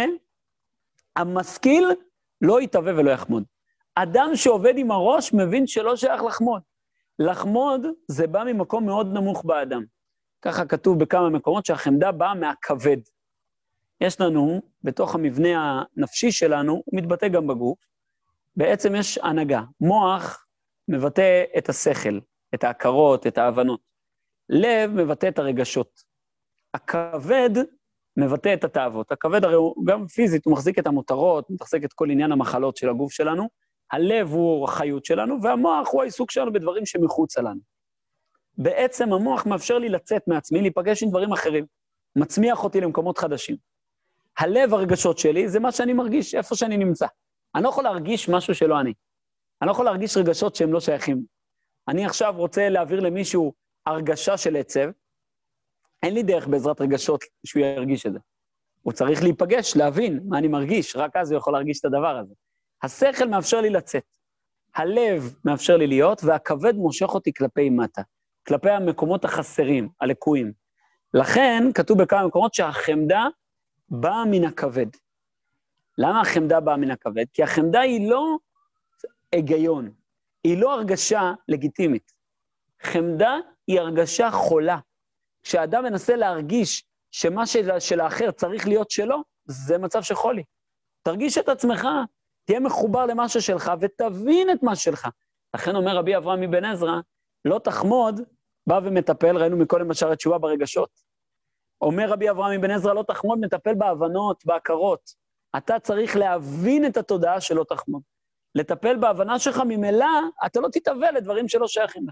[SPEAKER 1] המשכיל לא יתהווה ולא יחמוד. אדם שעובד עם הראש מבין שלא שייך לחמוד. לחמוד זה בא ממקום מאוד נמוך באדם. ככה כתוב בכמה מקומות שהחמדה באה מהכבד. יש לנו, בתוך המבנה הנפשי שלנו, הוא מתבטא גם בגוף, בעצם יש הנהגה. מוח מבטא את השכל, את ההכרות, את ההבנות. לב מבטא את הרגשות. הכבד מבטא את התאוות. הכבד הרי הוא גם פיזית, הוא מחזיק את המותרות, מתחזק את כל עניין המחלות של הגוף שלנו, הלב הוא החיות שלנו, והמוח הוא העיסוק שלנו בדברים שמחוצה לנו. בעצם המוח מאפשר לי לצאת מעצמי, להיפגש עם דברים אחרים, מצמיח אותי למקומות חדשים. הלב, הרגשות שלי, זה מה שאני מרגיש, איפה שאני נמצא. אני לא יכול להרגיש משהו שלא אני. אני לא יכול להרגיש רגשות שהם לא שייכים. אני עכשיו רוצה להעביר למישהו הרגשה של עצב, אין לי דרך בעזרת רגשות שהוא ירגיש את זה. הוא צריך להיפגש, להבין מה אני מרגיש, רק אז הוא יכול להרגיש את הדבר הזה. השכל מאפשר לי לצאת, הלב מאפשר לי להיות, והכבד מושך אותי כלפי מטה, כלפי המקומות החסרים, הלקויים. לכן כתוב בכמה מקומות שהחמדה באה מן הכבד. למה החמדה באה מן הכבד? כי החמדה היא לא היגיון, היא לא הרגשה לגיטימית. חמדה היא הרגשה חולה. כשאדם מנסה להרגיש שמה של האחר צריך להיות שלו, זה מצב שחולי. תרגיש את עצמך, תהיה מחובר למה ששלך, ותבין את מה שלך. לכן אומר רבי אברהם מבן עזרא, לא תחמוד, בא ומטפל, ראינו מקודם בשער התשובה ברגשות. אומר רבי אברהם מבן עזרא, לא תחמוד, מטפל בהבנות, בהכרות. אתה צריך להבין את התודעה שלא תחמוד. לטפל בהבנה שלך ממילא, אתה לא תתאבל לדברים שלא שייכים לך.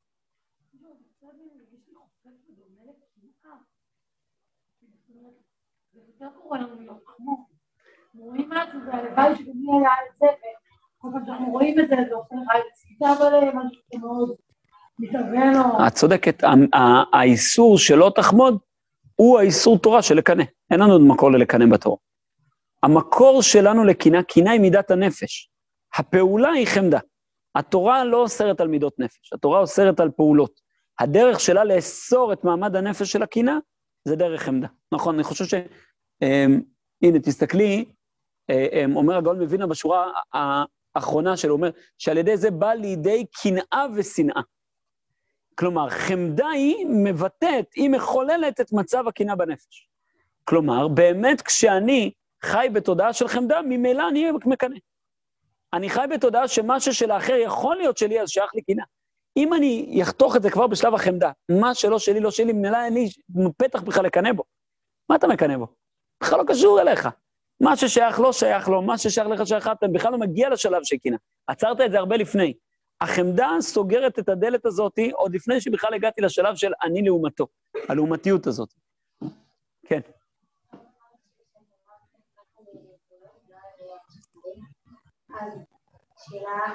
[SPEAKER 2] זה קורה לנו לא תחמוד. רואים מה זה, והלוואי שגמי היה את זה, וכל פעם שאנחנו רואים את זה, זה עושה לך צפיתה עליהם, משהו שמאוד מתאבל לו.
[SPEAKER 1] את צודקת, האיסור שלא תחמוד, הוא האיסור תורה של לקנא. אין לנו עוד מקור ללקנא בתורה. המקור שלנו לקנאה, קנאה היא מידת הנפש. הפעולה היא חמדה. התורה לא אוסרת על מידות נפש, התורה אוסרת על פעולות. הדרך שלה לאסור את מעמד הנפש של הקנאה, זה דרך חמדה. נכון, אני חושב הנה, תסתכלי, אומר הגאון מווילנה בשורה האחרונה שלו, אומר שעל ידי זה בא לידי קנאה ושנאה. כלומר, חמדה היא מבטאת, היא מחוללת את מצב הקנאה בנפש. כלומר, באמת כשאני חי בתודעה של חמדה, ממילא אני מקנא. אני חי בתודעה שמה ששל האחר יכול להיות שלי, אז שייך לי קנאה. אם אני יחתוך את זה כבר בשלב החמדה, מה שלא שלי, לא שלי, ממילא אין לי פתח בכלל לקנא בו. מה אתה מקנא בו? בכלל לא קשור אליך. מה ששייך לא שייך לו, מה ששייך לך שייך אתם, בכלל לא מגיע לשלב של קנאה. עצרת את זה הרבה לפני. החמדה סוגרת את הדלת הזאת, עוד לפני שבכלל הגעתי לשלב של אני לעומתו, הלעומתיות הזאת. כן.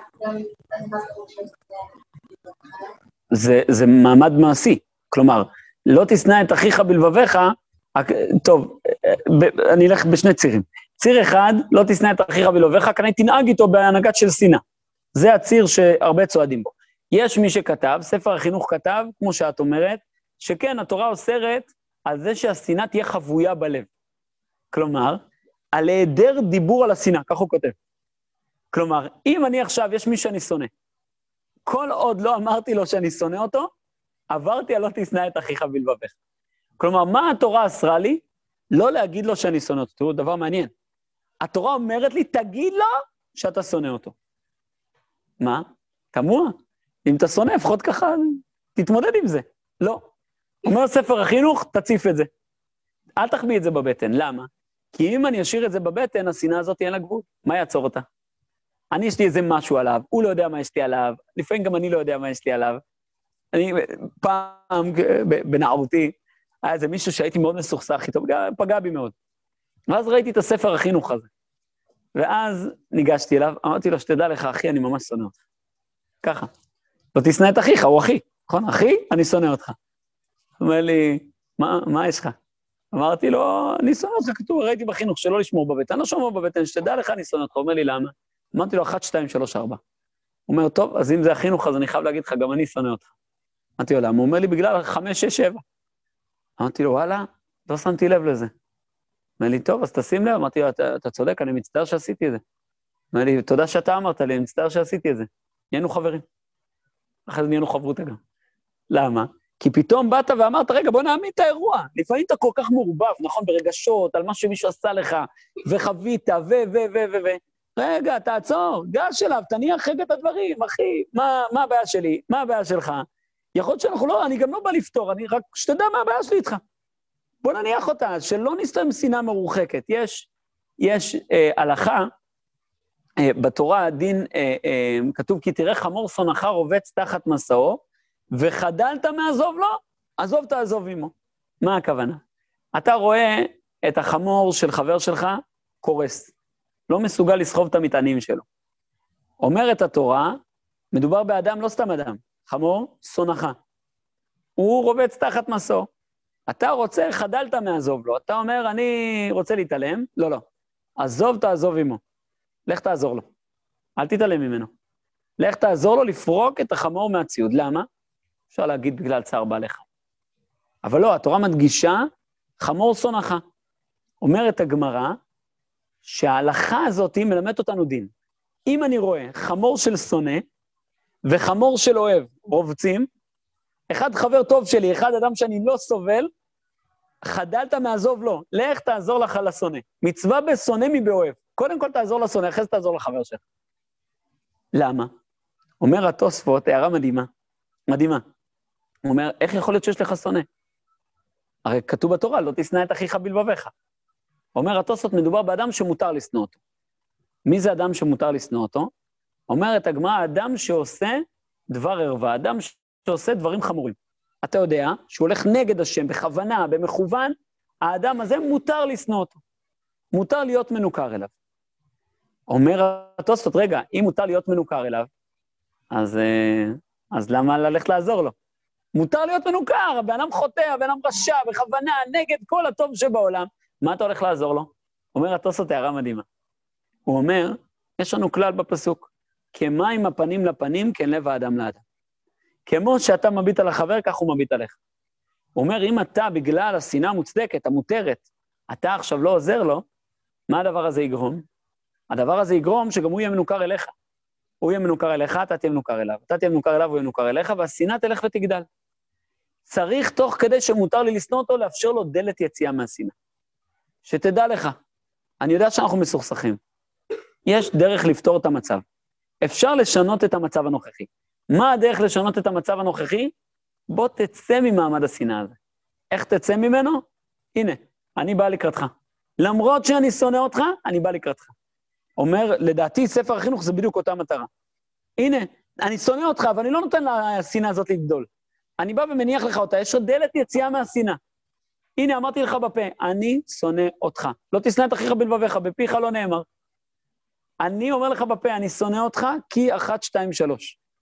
[SPEAKER 1] זה מעמד מעשי. כלומר, לא תשנא את אחיך בלבביך, טוב, אני אלך בשני צירים. ציר אחד, לא תשנא את אחיך בלבביך, כאן תנהג איתו בהנהגת של שנאה. זה הציר שהרבה צועדים בו. יש מי שכתב, ספר החינוך כתב, כמו שאת אומרת, שכן, התורה אוסרת על זה שהשנאה תהיה חבויה בלב. כלומר, על היעדר דיבור על השנאה, כך הוא כותב. כלומר, אם אני עכשיו, יש מי שאני שונא, כל עוד לא אמרתי לו שאני שונא אותו, עברתי על לא תשנא את אחיך בלבביך. כלומר, מה התורה אסרה לי? לא להגיד לו שאני שונא אותו. תראו, דבר מעניין. התורה אומרת לי, תגיד לו שאתה שונא אותו. מה? תמוה. אם אתה שונא, לפחות ככה, תתמודד עם זה. לא. אומר ספר החינוך, תציף את זה. אל תחביא את זה בבטן. למה? כי אם אני אשאיר את זה בבטן, השנאה הזאת אין לה גבול. מה יעצור אותה? אני יש לי איזה משהו עליו, הוא לא יודע מה יש לי עליו, לפעמים גם אני לא יודע מה יש לי עליו. אני פעם, בנערותי, היה איזה מישהו שהייתי מאוד מסוכסך איתו, פגע בי מאוד. ואז ראיתי את הספר החינוך הזה. ואז ניגשתי אליו, אמרתי לו, שתדע לך, אחי, אני ממש שונא אותך. ככה. לא תשנא את אחיך, הוא אחי. נכון? אחי, אני שונא אותך. הוא אומר לי, מה יש לך? אמרתי לו, אני שונא אותך, כתוב, ראיתי בחינוך שלא לשמור בבטן, אני לא שומר בבטן, שתדע לך, אני שונא אותך. הוא אומר לי, למה? אמרתי לו, 1, 2, 3, 4. הוא אומר, טוב, אז אם זה החינוך, אז אני חייב להגיד לך, גם אני שונא אותך. אמרתי לו, למה? הוא אומר לי, בגלל 5, 6, 7. אמרתי לו, וואלה, לא שמתי לב לזה. אומר לי, טוב, אז תשים לב. אמרתי לו, אתה צודק, אני מצטער שעשיתי את זה. אומר לי, תודה שאתה אמרת לי, אני מצטער שעשיתי את זה. נהיינו חברים. אחרי זה נהיינו חברות גם. למה? כי פתאום באת ואמרת, רגע, בוא נעמיד את האירוע. לפעמים אתה כל כך מעורבב, נכון, ברגשות, על מה שמישהו עשה לך, וחווית, רגע, תעצור, גש אליו, תניח רגע את הדברים, אחי, מה הבעיה שלי? מה הבעיה שלך? יכול להיות שאנחנו לא, אני גם לא בא לפתור, אני רק שתדע מה הבעיה שלי איתך. בוא נניח אותה, שלא נסתם שנאה מרוחקת. יש הלכה, בתורה דין כתוב, כי תראה חמור שונאך רובץ תחת מסעו, וחדלת מעזוב לו, עזוב תעזוב עמו. מה הכוונה? אתה רואה את החמור של חבר שלך קורס, לא מסוגל לסחוב את המטענים שלו. אומרת התורה, מדובר באדם, לא סתם אדם, חמור שונאך. הוא רובץ תחת מסעו. אתה רוצה, חדלת מעזוב לו. אתה אומר, אני רוצה להתעלם. לא, לא. עזוב תעזוב עמו. לך תעזור לו. אל תתעלם ממנו. לך תעזור לו לפרוק את החמור מהציוד. למה? אפשר להגיד בגלל צער בעליך. אבל לא, התורה מדגישה, חמור שונאך. אומרת הגמרא, שההלכה הזאת מלמדת אותנו דין. אם אני רואה חמור של שונא, וחמור של אוהב רובצים, אחד חבר טוב שלי, אחד אדם שאני לא סובל, חדלת מעזוב לו, לך תעזור לך לשונא. מצווה בשונא מבאוהב. קודם כל תעזור לשונא, אחרי זה תעזור לחבר שלך. למה? אומר התוספות, הערה מדהימה, מדהימה. הוא אומר, איך יכול להיות שיש לך שונא? הרי כתוב בתורה, לא תשנא את אחיך בלבביך. אומר התוספות, מדובר באדם שמותר לשנוא אותו. מי זה אדם שמותר לשנוא אותו? אומרת הגמרא, אדם שעושה דבר ערווה, אדם שעושה דברים חמורים. אתה יודע שהוא הולך נגד השם, בכוונה, במכוון, האדם הזה מותר לשנוא אותו. מותר להיות מנוכר אליו. אומר התוספות, רגע, אם מותר להיות מנוכר אליו, אז למה ללכת לעזור לו? מותר להיות מנוכר, הבן חוטא, הבן רשע, בכוונה, נגד כל הטוב שבעולם. מה אתה הולך לעזור לו? אומר התוספות, הערה מדהימה. הוא אומר, יש לנו כלל בפסוק, כמים הפנים לפנים, כן לב האדם לאדם. כמו שאתה מביט על החבר, כך הוא מביט עליך. הוא אומר, אם אתה, בגלל השנאה המוצדקת, המותרת, אתה עכשיו לא עוזר לו, מה הדבר הזה יגרום? הדבר הזה יגרום שגם הוא יהיה מנוכר אליך. הוא יהיה מנוכר אליך, אתה תהיה מנוכר אליו. אתה תהיה מנוכר אליו, הוא יהיה מנוכר אליך, והשנאה תלך ותגדל. צריך תוך כדי שמותר לי לשנוא אותו, לאפשר לו דלת יציאה מהשנאה. שתדע לך, אני יודע שאנחנו מסוכסכים. יש דרך לפתור את המצב. אפשר לשנות את המצב הנוכחי. מה הדרך לשנות את המצב הנוכחי? בוא תצא ממעמד השנאה הזה. איך תצא ממנו? הנה, אני בא לקראתך. למרות שאני שונא אותך, אני בא לקראתך. אומר, לדעתי, ספר החינוך זה בדיוק אותה מטרה. הנה, אני שונא אותך, אבל אני לא נותן לשנאה הזאת לגדול. אני בא ומניח לך אותה, יש עוד דלת יציאה מהשנאה. הנה, אמרתי לך בפה, אני שונא אותך. לא תשנא את אחיך בלבביך, בפיך לא נאמר. אני אומר לך בפה, אני שונא אותך, כי 1, 2, 3.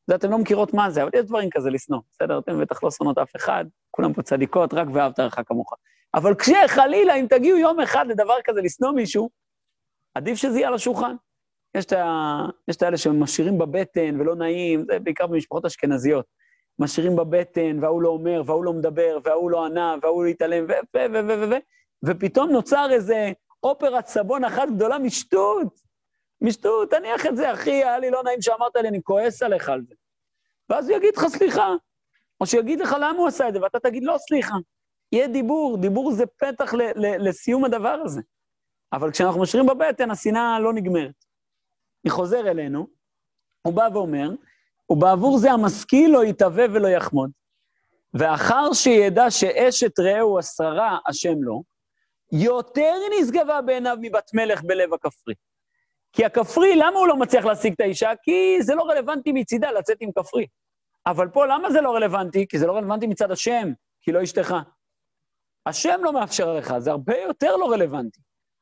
[SPEAKER 1] זה אתם לא מכירות מה זה, אבל יש דברים כזה לשנוא, בסדר? אתם בטח לא שונאות אף אחד, כולם פה צדיקות, רק ואהבת לך כמוך. אבל כשחלילה, אם תגיעו יום אחד לדבר כזה לשנוא מישהו, עדיף שזה יהיה על השולחן. יש את האלה שמשאירים בבטן ולא נעים, זה בעיקר במשפחות אשכנזיות. משאירים בבטן, והוא לא אומר, והוא לא מדבר, והוא לא ענה, והוא לא יתעלם, ופתאום נוצר איזה אופרת סבון אחת גדולה משטות, תניח את זה, אחי, היה לי לא נעים שאמרת לי, אני כועס עליך על זה. ואז הוא יגיד לך סליחה, או שיגיד לך למה הוא עשה את זה, ואתה תגיד לא סליחה. יהיה דיבור זה פתח לסיום הדבר הזה. אבל כשאנחנו משאירים בבטן, השנאה לא נגמרת. היא חוזר אלינו, הוא בא ואומר, ובעבור זה המשכיל לא יתהווה ולא יחמוד. ואחר שידע שאשת רעהו השררה השם לו, יותר נשגבה בעיניו מבת מלך בלב הכפרי. כי הכפרי, למה הוא לא מצליח להשיג את האישה? כי זה לא רלוונטי מצידה לצאת עם כפרי. אבל פה למה זה לא רלוונטי? כי זה לא רלוונטי מצד השם, כי לא אשתך. השם לא מאפשר לך, זה הרבה יותר לא רלוונטי.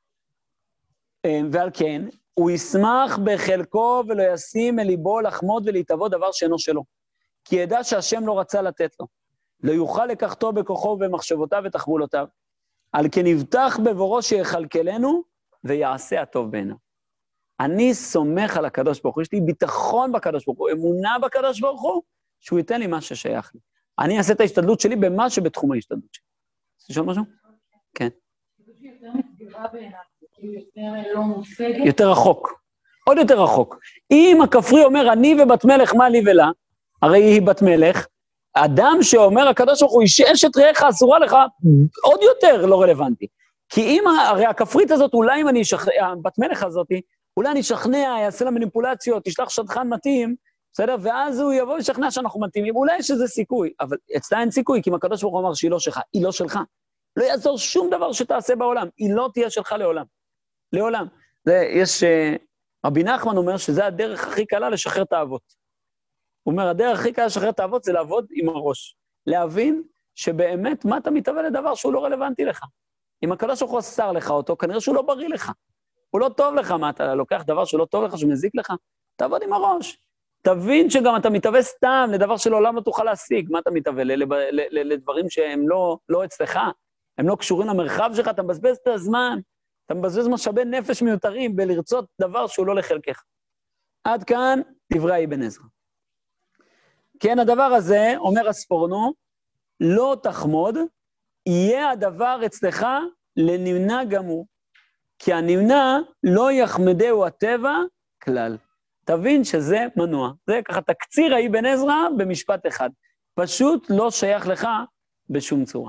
[SPEAKER 1] ועל כן, הוא ישמח בחלקו ולא ישים אל ליבו לחמוד ולהתאבות דבר שאינו שלו. כי ידע שהשם לא רצה לתת לו. לא יוכל לקחתו בכוחו ובמחשבותיו ותחבולותיו. על כן יבטח בבורו שיחלקלנו ויעשה הטוב בעיניו. אני סומך על הקדוש ברוך הוא, יש לי ביטחון בקדוש ברוך הוא, אמונה בקדוש ברוך הוא, שהוא ייתן לי מה ששייך לי. אני אעשה את ההשתדלות שלי במה שבתחום ההשתדלות שלי. רוצה לשאול משהו? כן.
[SPEAKER 2] יותר מסגירה בעיניו, יותר לא מושגת.
[SPEAKER 1] יותר רחוק, עוד יותר רחוק. אם הכפרי אומר, אני ובת מלך, מה לי ולה? הרי היא בת מלך, אדם שאומר, הקדוש ברוך הוא, אשת רעך אסורה לך, עוד יותר לא רלוונטי. כי אם, הרי הכפרית הזאת, אולי אם אני אשכנע, הבת מלך הזאת, אולי אני אשכנע, יעשה לה מניפולציות, תשלח שדכן מתאים, בסדר? ואז הוא יבוא לשכנע שאנחנו מתאימים, אולי יש איזה סיכוי, אבל אצלה אין סיכוי, כי אם הקדוש ברוך הוא אמר שהיא לא שלך, היא לא שלך. לא יעזור שום דבר שתעשה בעולם, היא לא תהיה שלך לעולם. לעולם. יש, רבי נחמן אומר שזה הדרך הכי קלה לשחרר את האבות. הוא אומר, הדרך הכי קלה לשחרר את האבות זה לעבוד עם הראש. להבין שבאמת מה אתה מתאבל לדבר שהוא לא רלוונטי לך. אם הקדוש ברוך הוא אסר לך אותו, כנראה שהוא לא בריא לך. הוא לא טוב לך, מה אתה לוקח דבר שהוא לא טוב לך, שמזיק לך? תעבוד עם הראש. תבין שגם אתה מתאבל סתם לדבר שלעולם לא תוכל להשיג. מה אתה מתאבל? לדברים שהם לא אצלך, הם לא קשורים למרחב שלך, אתה מבזבז את הזמן, אתה מבזבז משאבי נפש מיותרים בלרצות דבר שהוא לא לחלקך. עד כאן דברי אבן עזרא. כן, הדבר הזה, אומר הספורנו, לא תחמוד, יהיה הדבר אצלך לנמנע גמור, כי הנמנע לא יחמדהו הטבע כלל. תבין שזה מנוע. זה ככה תקציר אבן עזרא במשפט אחד. פשוט לא שייך לך בשום צורה.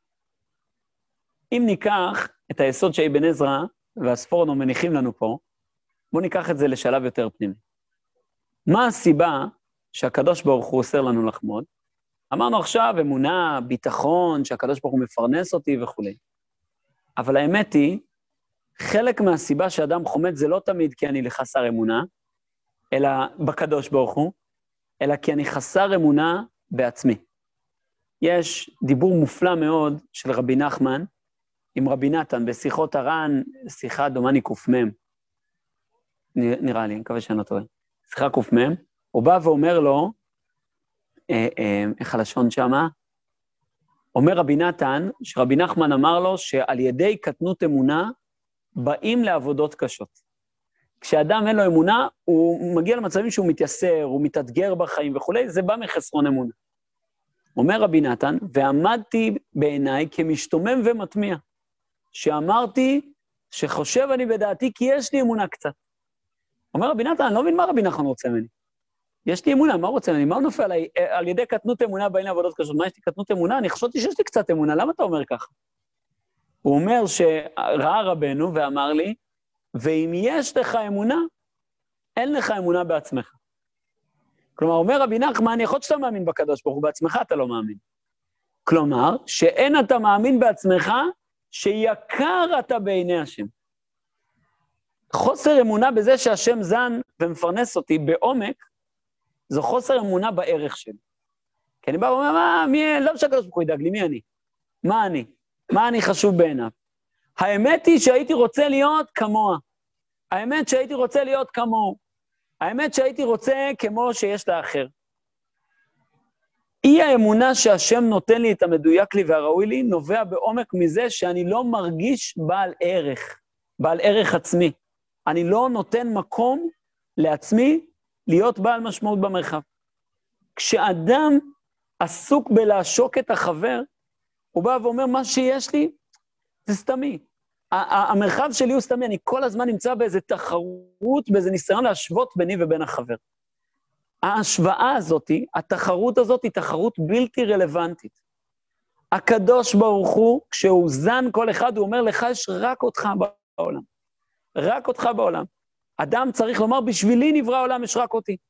[SPEAKER 1] אם ניקח את היסוד שאבן עזרא והספורנו מניחים לנו פה, בואו ניקח את זה לשלב יותר פנימי. מה הסיבה שהקדוש ברוך הוא אוסר לנו לחמוד? אמרנו עכשיו אמונה, ביטחון, שהקדוש ברוך הוא מפרנס אותי וכו'. אבל האמת היא, חלק מהסיבה שאדם חומד זה לא תמיד כי אני לחסר אמונה, אלא בקדוש ברוך הוא, אלא כי אני חסר אמונה בעצמי. יש דיבור מופלא מאוד של רבי נחמן, עם רבי נתן, בשיחות הר"ן, שיחה דומני קופמם, נראה לי, אני מקווה שאני לא טועה, שיחה קופמם, הוא בא ואומר לו, איך הלשון שמה? אומר רבי נתן, שרבי נחמן אמר לו, שעל ידי קטנות אמונה, באים לעבודות קשות. כשאדם אין לו אמונה, הוא מגיע למצבים שהוא מתייסר, הוא מתאתגר בחיים וכו', זה בא מחסרון אמונה. אומר רבי נתן, ועמדתי בעיניי כמשתומם ומטמיע, שאמרתי שחושב אני בדעתי כי יש לי אמונה קצת. אומר רבי נתן, אני לא מבין מה רבי נחמן רוצה ממני. יש לי אמונה, מה רוצה ממני? מה הוא נופל עליי? על ידי קטנות אמונה באים לעבודות קשות. מה יש לי קטנות אמונה? אני חשבתי שיש לי קצת אמונה, למה אתה אומר ככה? הוא אומר שראה רבנו ואמר לי, ואם יש לך אמונה, אין לך אמונה בעצמך. כלומר, אומר רבי נחמן, יכול להיות שאתה מאמין בקדוש ברוך הוא, בעצמך אתה לא מאמין. כלומר, שאין אתה מאמין בעצמך, שיקר אתה בעיני השם. חוסר אמונה בזה שהשם זן ומפרנס אותי בעומק, זו חוסר אמונה בערך שלי. כי אני בא ואומר, לא שהקדוש ברוך הוא ידאג לי, מי אני? מה אני? מה אני חשוב בעיניו? האמת היא שהייתי רוצה להיות כמוה. האמת שהייתי רוצה להיות כמוהו. האמת שהייתי רוצה כמו שיש לאחר. אי האמונה שהשם נותן לי את המדויק לי והראוי לי, נובע בעומק מזה שאני לא מרגיש בעל ערך עצמי. אני לא נותן מקום לעצמי להיות בעל משמעות במרחב. כשאדם עסוק בלעשוק את החבר, הוא בא ואומר, מה שיש לי זה סתמי. המרחב שלי הוא סתמי, אני כל הזמן נמצא באיזה תחרות, באיזה ניסיון להשוות ביני ובין החבר. ההשוואה הזאת, התחרות הזאת היא תחרות בלתי רלוונטית. הקדוש ברוך הוא, כשהוא זן כל אחד, הוא אומר לך, יש רק אותך בעולם. רק אותך בעולם. אדם צריך לומר, בשבילי נברא העולם, יש רק אותי.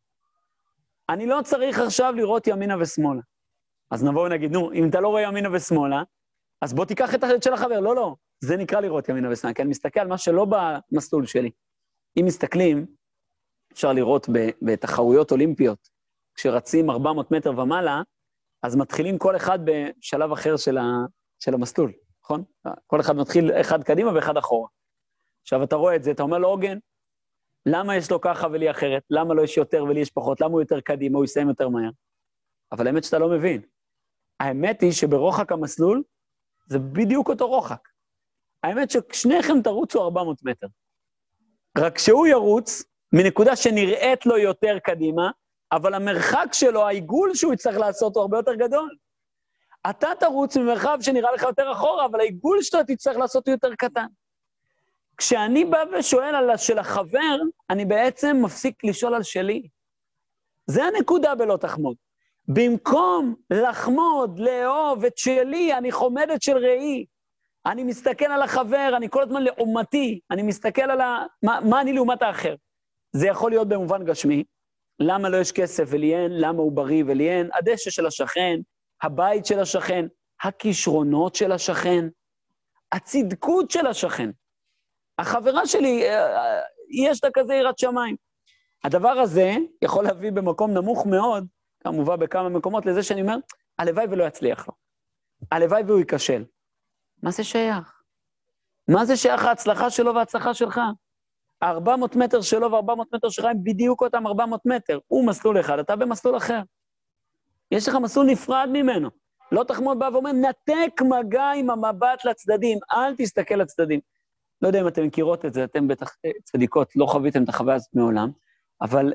[SPEAKER 1] אני לא צריך עכשיו לראות ימינה ושמאלה. אז נבוא ונגיד, נו, אם אתה לא רואה ימינה ושמאלה, אז בוא תיקח את החלט של החבר. לא, לא, זה נקרא לראות ימינה ושמאלה, כי אני מסתכל על מה שלא במסלול שלי. אם מסתכלים, אפשר לראות בתחרויות אולימפיות, כשרצים 400 מטר ומעלה, אז מתחילים כל אחד בשלב אחר של המסלול, נכון? כל אחד מתחיל אחד קדימה ואחד אחורה. עכשיו אתה רואה את זה, אתה אומר לו, עוגן, למה יש לו ככה ולי אחרת? למה לא יש יותר ולי יש פחות? למה הוא יותר קדימה, הוא יסיים יותר מהר? אבל האמת שאתה לא מבין. האמת היא שברוחק המסלול, זה בדיוק אותו רוחק. האמת ששניכם תרוצו 400 מטר. רק שהוא ירוץ, מנקודה שנראית לו יותר קדימה, אבל המרחק שלו, העיגול שהוא יצטרך לעשות, הוא הרבה יותר גדול. אתה תרוץ ממרחב שנראה לך יותר אחורה, אבל העיגול שאתה תצטרך לעשות הוא יותר קטן. כשאני בא ושואל על של החבר, אני בעצם מפסיק לשאול על שלי. זה הנקודה בלא תחמוד. במקום לחמוד, לאהוב את שלי, אני חומדת של ראי. אני מסתכל על החבר, אני כל הזמן לעומתי, אני מסתכל על מה אני לעומת האחר. זה יכול להיות במובן גשמי, למה לא יש כסף ולי אין, למה הוא בריא ולי אין, הדשא של השכן, הבית של השכן, הכישרונות של השכן, הצדקות של השכן. החברה שלי, יש לה כזה יראת שמיים. הדבר הזה יכול להביא במקום נמוך מאוד, כמובן בכמה מקומות, לזה שאני אומר, הלוואי ולא יצליח לו. הלוואי והוא ייכשל. מה זה שייך? מה זה שייך ההצלחה שלו וההצלחה שלך? 400 מטר שלו ו400 מטר שלך הם בדיוק אותם 400 מטר. הוא מסלול אחד, אתה במסלול אחר. יש לך מסלול נפרד ממנו. לא תחמוד בא ואומר, נתק מגע עם המבט לצדדים, אל תסתכל לצדדים. לא יודע אם אתם מכירות את זה, אתם בטח צדיקות, לא חוויתם את החוויה הזאת מעולם, אבל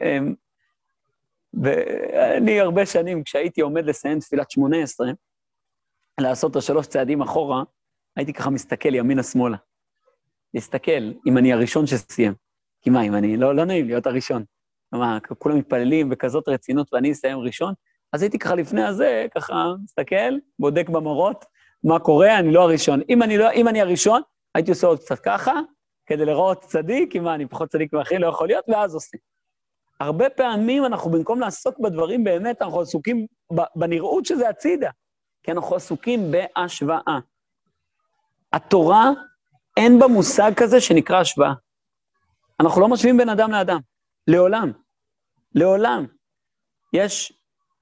[SPEAKER 1] אני הרבה שנים, כשהייתי עומד לסיים תפילת 18, לעשות את 3 צעדים אחורה, הייתי ככה מסתכל ימינה-שמאלה. להסתכל אם אני הראשון שסיים. כי מה, אם אני, לא נעים להיות הראשון. מה, כולם מתפללים בכזאת רצינות ואני אסיים ראשון, אז הייתי ככה לפני הזה, ככה מסתכל, בודק במראות, מה קורה, אני לא הראשון. אם אני הראשון, הייתי עושה עוד קצת ככה, כדי לראות צדיק, כי מה, אני פחות צדיק מאחרי, לא יכול להיות, ואז עושה. הרבה פעמים אנחנו במקום לעסוק בדברים באמת, אנחנו עסוקים בנראות שזה הצידה, כי אנחנו עסוקים בהשוואה. התורה אין בה מושג כזה שנקרא השוואה. אנחנו לא משווים בין אדם לאדם, לעולם. לעולם. יש,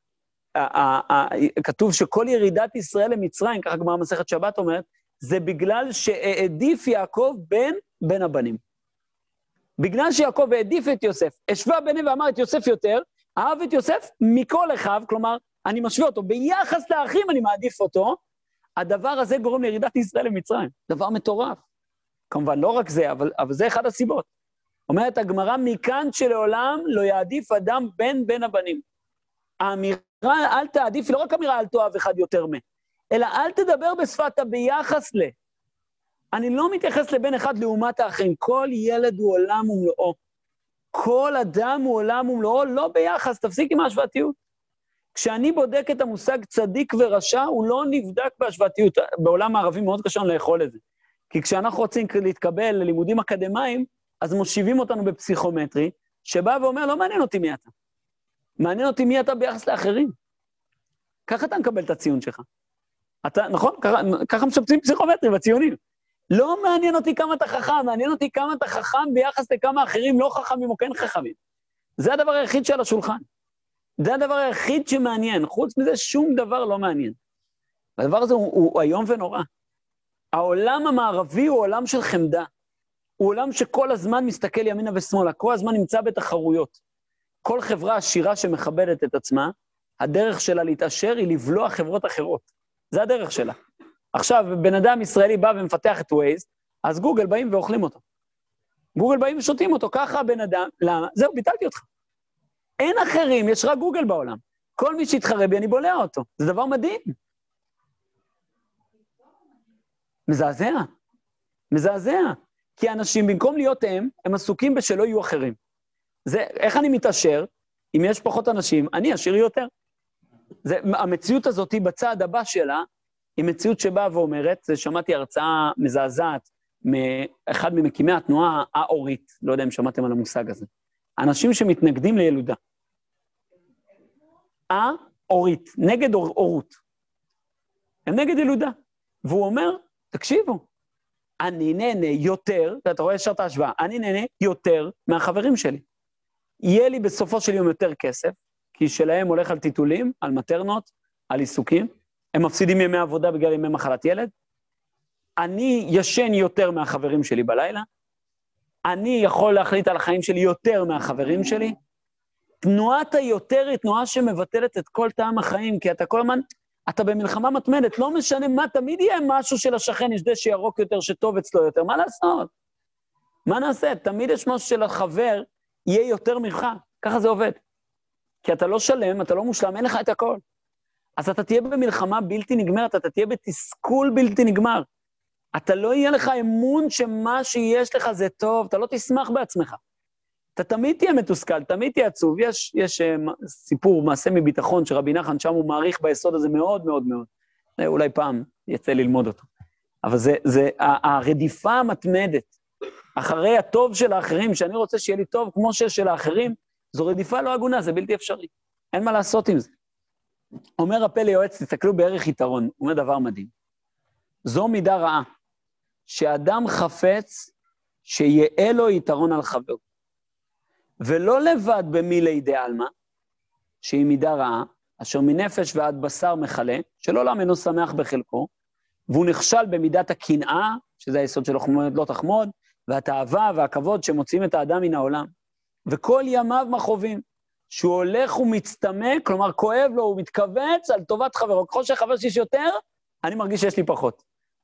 [SPEAKER 1] כתוב שכל ירידת ישראל למצרים, ככה גמרא מסכת שבת אומרת, זה בגלל שהעדיף יעקב בין הבנים. בגלל שיעקב העדיף את יוסף, השווה ביניהם ואמר את יוסף יותר, אהב את יוסף מכל אחיו, כלומר, אני משווה אותו, ביחס לאחים אני מעדיף אותו, הדבר הזה גורם לירידת ישראל למצרים, דבר מטורף. כמובן, לא רק זה, אבל זה אחד הסיבות. אומרת הגמרא, מכאן שלעולם לא יעדיף אדם בין הבנים. האמירה, אל תעדיף, לא רק אמירה, אל תאהב אחד יותר אלא אל תדבר בשפת ביחס ל. אני לא מתייחס לבן אחד לעומת האחרים, כל ילד הוא עולם ומלואו. כל אדם הוא עולם ומלואו, לא ביחס, תפסיק עם ההשוואתיות. כשאני בודק את המושג צדיק ורשע, הוא לא נבדק בהשוואתיות. בעולם הערבי מאוד קשה לאכול את זה. כי כשאנחנו רוצים להתקבל ללימודים אקדמיים, אז מושיבים אותנו בפסיכומטרי, שבא ואומר, לא מעניין אותי מי אתה. מעניין אותי מי אתה ביחס לאחרים. ככה אתה מקבל את הציון שלך. אתה, נכון? ככה משפצים פסיכומטרי בציונים. לא מעניין אותי כמה אתה חכם, מעניין אותי כמה אתה חכם ביחס לכמה אחרים לא חכמים או כן חכמים. זה הדבר היחיד שעל השולחן. זה הדבר היחיד שמעניין. חוץ מזה שום דבר לא מעניין. הדבר הזה הוא איום ונורא. העולם המערבי הוא עולם של חמדה. הוא עולם שכל הזמן מסתכל ימינה ושמאלה, כל הזמן נמצא בתחרויות. כל חברה עשירה שמכבדת את עצמה, הדרך שלה להתעשר היא לבלוע חברות אחרות. זה הדרך שלה. עכשיו, בן אדם ישראלי בא ומפתח את ווייז, אז גוגל באים ואוכלים אותו. גוגל באים ושותים אותו, ככה הבן אדם, למה? זהו, ביטלתי אותך. אין אחרים, יש רק גוגל בעולם. כל מי שיתחרה בי, אני בולע אותו. זה דבר מדהים. מזעזע. מזעזע. כי האנשים, במקום להיות הם עסוקים בשלא יהיו אחרים. זה, איך אני מתעשר? אם יש פחות אנשים, אני אשאיר יותר. המציאות הזאת בצד הבא שלה, היא מציאות שבאה ואומרת, שמעתי הרצאה מזעזעת, מאחד ממקימי התנועה האורית, לא יודע אם שמעתם על המושג הזה. אנשים שמתנגדים לילודה. האורית, נגד אורות. הם נגד ילודה. והוא אומר, תקשיבו, אני נהנה יותר, אתה רואה ישר את ההשוואה, אני נהנה יותר מהחברים שלי. יהיה לי בסופו של יום יותר כסף, כי שלהם הולך על טיטולים, על מטרנות, על עיסוקים, הם מפסידים ימי עבודה בגלל ימי מחלת ילד, אני ישן יותר מהחברים שלי בלילה, אני יכול להחליט על החיים שלי יותר מהחברים שלי, תנועת היותר היא תנועה שמבטלת את כל טעם החיים, כי אתה כל הזמן, אתה במלחמה מתמדת, לא משנה מה, תמיד יהיה משהו של השכן, יש דשא ירוק יותר, שטוב אצלו יותר, מה לעשות? מה נעשה? תמיד יש משהו של החבר, יהיה יותר ממך, ככה זה עובד. כי אתה לא שלם, אתה לא מושלם, אין לך את הכל. אז אתה תהיה במלחמה בלתי נגמרת, אתה תהיה בתסכול בלתי נגמר. אתה לא יהיה לך אמון שמה שיש לך זה טוב, אתה לא תשמח בעצמך. אתה תמיד תהיה מתוסכל, תמיד תהיה עצוב. יש סיפור, מעשה מביטחון, שרבי נחמן שם הוא מעריך ביסוד הזה מאוד מאוד מאוד. אולי פעם יצא ללמוד אותו. אבל זה הרדיפה המתמדת, אחרי הטוב של האחרים, שאני רוצה שיהיה לי טוב כמו של האחרים, זו רדיפה לא הגונה, זה בלתי אפשרי. אין מה לעשות עם זה. אומר הפה ליועץ, תסתכלו בערך יתרון, הוא אומר דבר מדהים. זו מידה רעה, שאדם חפץ שיהיה לו יתרון על חבר. ולא לבד במילי דעלמא, שהיא מידה רעה, אשר מנפש ועד בשר מחלה, שלא לעולם אינו שמח בחלקו, והוא נכשל במידת הקנאה, שזה היסוד של לא תחמוד, והתאווה והכבוד שמוצאים את האדם מן העולם. וכל ימיו מכאובים, שהוא הולך ומצטמק, כלומר כואב לו, הוא מתכווץ על טובת חברו. ככל שהחבר שיש יותר, אני מרגיש שיש לי פחות.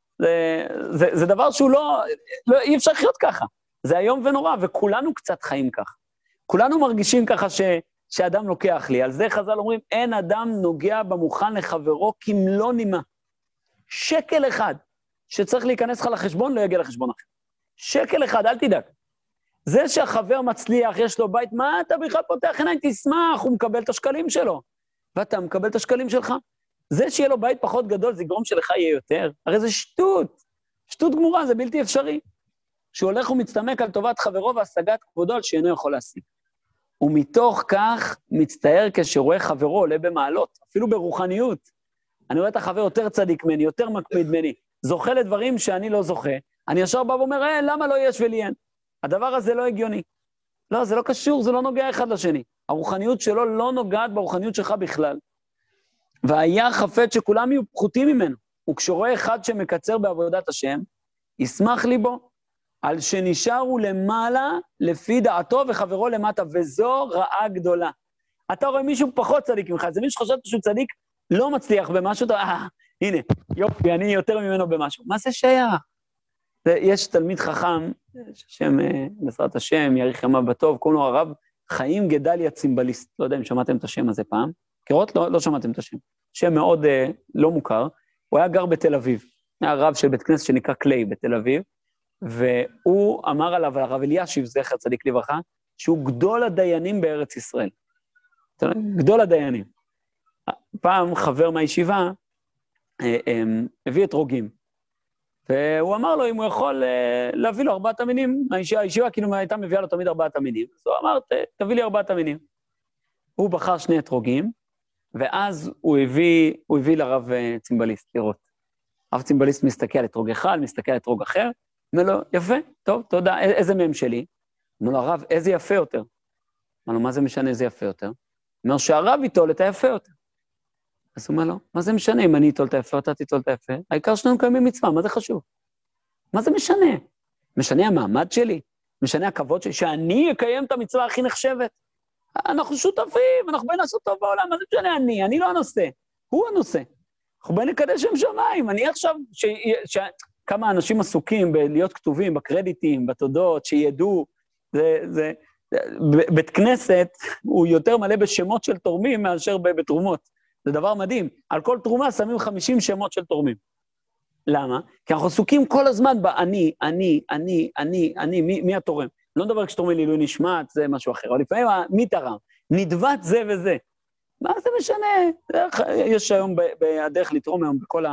[SPEAKER 1] זה דבר שהוא אי אפשר לחיות ככה. זה היום ונורא, וכולנו קצת חיים כך. כולנו מרגישים ככה שאדם לוקח לי. על זה חז"ל אומרים, אין אדם נוגע במוכן לחברו כמלוא נימה. שקל אחד שצריך להיכנס לך לחשבון, לא יגיע לחשבון אחר. שקל אחד, אל תדאג. זה שהחבר מצליח, יש לו בית, מה אתה בכלל פותח עיניים, תשמח, הוא מקבל את השקלים שלו. ואתה מקבל את השקלים שלך. זה שיהיה לו בית פחות גדול, זה יגרום שלך יהיה יותר. הרי זה שטות. שטות גמורה, זה בלתי אפשרי. שהוא הולך ומצטמק על טובת חברו והשגת כבודו על שאינו יכול להשיג. ומתוך כך מצטער כשרואה חברו עולה במעלות, אפילו ברוחניות. אני רואה את החבר יותר צדיק ממני, יותר מקפיד ממני, זוכה לדברים שאני לא זוכה. אני ישר בא ואומר, למה לא יש ולי אין? הדבר הזה לא הגיוני. לא, זה לא קשור, זה לא נוגע אחד לשני. הרוחניות שלו לא נוגעת ברוחניות שלך בכלל. והיה חפץ שכולם יהיו פחותים ממנו. וכשרואה אחד שמקצר בעבודת השם, ישמח ליבו, על שנשארו למעלה לפי דעתו וחברו למטה, וזו רעה גדולה. אתה רואה מישהו פחות צדיק ממך, זה מישהו שחשבת שהוא צדיק, לא מצליח במשהו, הנה, יופי, אני יותר ממנו במשהו. מה זה שייך? יש תלמיד חכם, שם, בעזרת השם, יאריך ימיו בטוב, קוראים לו הרב חיים גדליה צימבליסט, לא יודע אם שמעתם את השם הזה פעם, מכירות? לא שמעתם את השם. שם מאוד לא מוכר, הוא היה גר בתל אביב, היה רב של בית כנסת שנקרא קליי בתל אביב, והוא אמר עליו, הרב אלישיב, זכר צדיק לברכה, שהוא גדול הדיינים בארץ ישראל. גדול הדיינים. פעם חבר מהישיבה הביא אתרוגים, והוא אמר לו אם הוא יכול להביא לו 4 המינים, הישיבה כאילו הייתה מביאה לו תמיד 4 המינים, אז הוא אמר, תביא לי 4 המינים. הוא בחר 2 אתרוגים, ואז הוא הביא לרב צימבליסט לראות. הרב צימבליסט מסתכל על אתרוג אחד, מסתכל על אתרוג אחר, אומר לו, יפה, טוב, תודה, איזה מהם שלי? אומר לו, הרב, איזה יפה יותר? אומר לו, מה זה משנה איזה יפה יותר? אומר שהרב יטול את היפה יותר. אז הוא אומר לו, מה זה משנה אם אני אטול את היפה, אתה תטול את היפה? העיקר שלנו קיימים מצווה, מה זה חשוב? מה זה משנה? משנה המעמד שלי? משנה הכבוד שלי? שאני אקיים את המצווה הכי נחשבת? אנחנו שותפים, אנחנו באים לעשות טוב בעולם, מה זה משנה אני לא הנושא, הוא הנושא. אנחנו באים לקדש שם שמיים, אני עכשיו, כמה אנשים עסוקים בלהיות כתובים, בקרדיטים, בתודות, שידעו, בית כנסת הוא יותר מלא בשמות של תורמים מאשר בתרומות. זה דבר מדהים. על כל תרומה שמים 50 שמות של תורמים. למה? כי אנחנו עסוקים כל הזמן אני, מי התורם? לא מדבר כשתורמים לעילוי נשמת, זה משהו אחר, אבל לפעמים מי תרם? נדבת זה וזה. מה זה משנה? יש היום בדרך לתרום היום בכל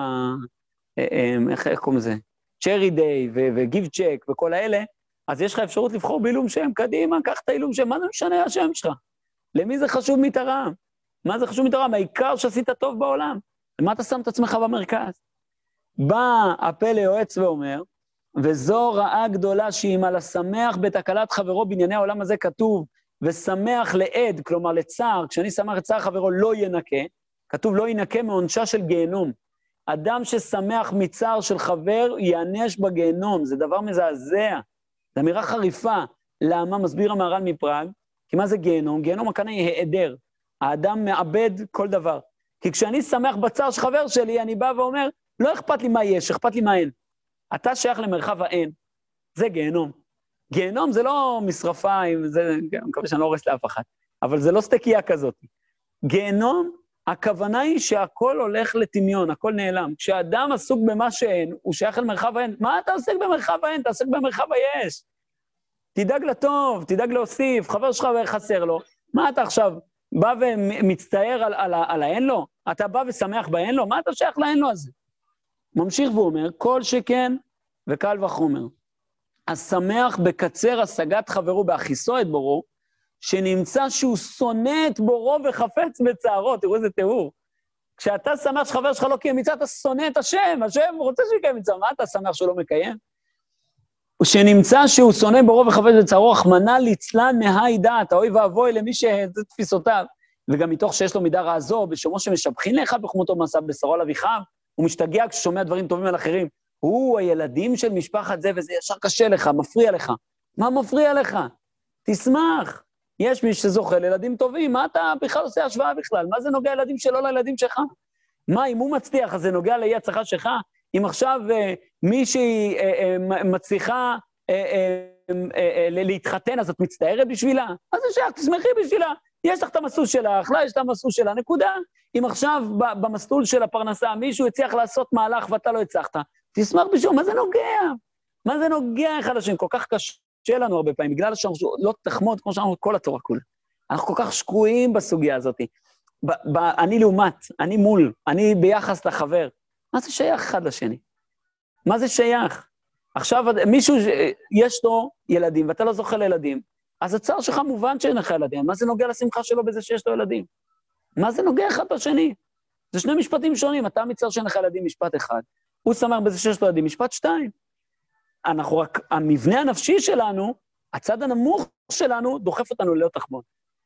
[SPEAKER 1] איך קוראים לזה? צ'רי דיי וגיב צ'ק וכל האלה, אז יש לך אפשרות לבחור בעילום שם, קדימה, קח את העילום שם, מה זה משנה השם שלך? למי זה חשוב מי תרם? מה זה חשוב מי תרם? העיקר שעשית טוב בעולם. למה אתה שם את עצמך במרכז? בא הפה ליועץ ואומר, וזו רעה גדולה שאם על השמח בתקלת חברו בענייני העולם הזה כתוב, ושמח לעד, כלומר לצער, כשאני שמח את צער חברו לא ינקה, כתוב לא ינקה מעונשה של גיהנום. אדם ששמח מצער של חבר יענש בגיהנום, זה דבר מזעזע, זו אמירה חריפה. למה? מסביר המהר"ל מפראג, כי מה זה גיהנום? גיהנום הכוונה היא היעדר, האדם מאבד כל דבר. כי כשאני שמח בצער של חבר שלי, אני בא ואומר, לא אכפת לי מה יש, אכפת לי מה אין. אתה שייך למרחב האין, זה גיהנום. גיהנום זה לא משרפיים, אני מקווה שאני לא הורס לאף אחד, אבל זה לא סטקיה כזאת. גיהנום, הכוונה היא שהכל הולך לטמיון, הכל נעלם. כשאדם עסוק במה שאין, הוא שייך למרחב האין. מה אתה עוסק במרחב האין? אתה עוסק במרחב היש. תדאג לטוב, תדאג להוסיף, חבר שלך חסר לו. מה אתה עכשיו בא ומצטער על האין לו? אתה בא ושמח באין לו? מה אתה שייך לאין לו הזה? ממשיך ואומר, כל שכן וקל וחומר. השמח בקצר השגת חברו באחיסו את בורו, שנמצא שהוא שונא את בורו וחפץ בצערו. תראו איזה תיאור. כשאתה שמח שחבר שלך לא קיים מצווה, אתה שונא את השם רוצה שיקיים מצווה, מה אתה שמח שהוא לא מקיים? שנמצא שהוא שונא בורו וחפץ בצערו, רחמנא ליצלן מהי דעת, אוי ואבוי למי שזה תפיסותיו, וגם מתוך שיש לו מידה רעה זו, בשמו שמשבחין לך בחומותו מעשה בשרו על אביכם, הוא משתגע כששומע דברים טובים על אחרים, הוא הילדים של משפחת זה, וזה ישר קשה לך, מפריע לך. מה מפריע לך? תשמח. יש מי שזוכה לילדים טובים, מה אתה בכלל עושה השוואה בכלל? מה זה נוגע לילדים שלו לילדים שלך? מה, אם הוא מצליח, אז זה נוגע לאי הצלחה שלך? אם עכשיו מישהי מצליחה להתחתן, אז את מצטערת בשבילה? אז זה שייך, תשמחי בשבילה. יש לך את המסלול שלך, לא יש את המסלול שלה, נקודה. אם עכשיו במסלול של הפרנסה מישהו הצליח לעשות מהלך ואתה לא הצלחת, תשמח בשביל, מה זה נוגע? מה זה נוגע אחד לשני? כל כך קשה לנו הרבה פעמים, בגלל שאנחנו לא תחמוד, כמו שאנחנו כל התורה כולה. אנחנו כל כך שקועים בסוגיה הזאת. אני לעומת, אני מול, אני ביחס לחבר. מה זה שייך אחד לשני? מה זה שייך? עכשיו מישהו, יש לו ילדים ואתה לא זוכה לילדים, אז הצער שלך מובן שאין לך ילדים. מה זה נוגע לשמחה שלו בזה שיש לו ילדים? מה זה נוגע אחד בשני? זה שני משפטים שונים, אתה מצער שאין לך ילדים משפט אחד, הוא שמח בזה שיש לו ילדים משפט שתיים. אנחנו רק, המבנה הנפשי שלנו, הצד הנמוך שלנו, דוחף אותנו להיות תחמוד.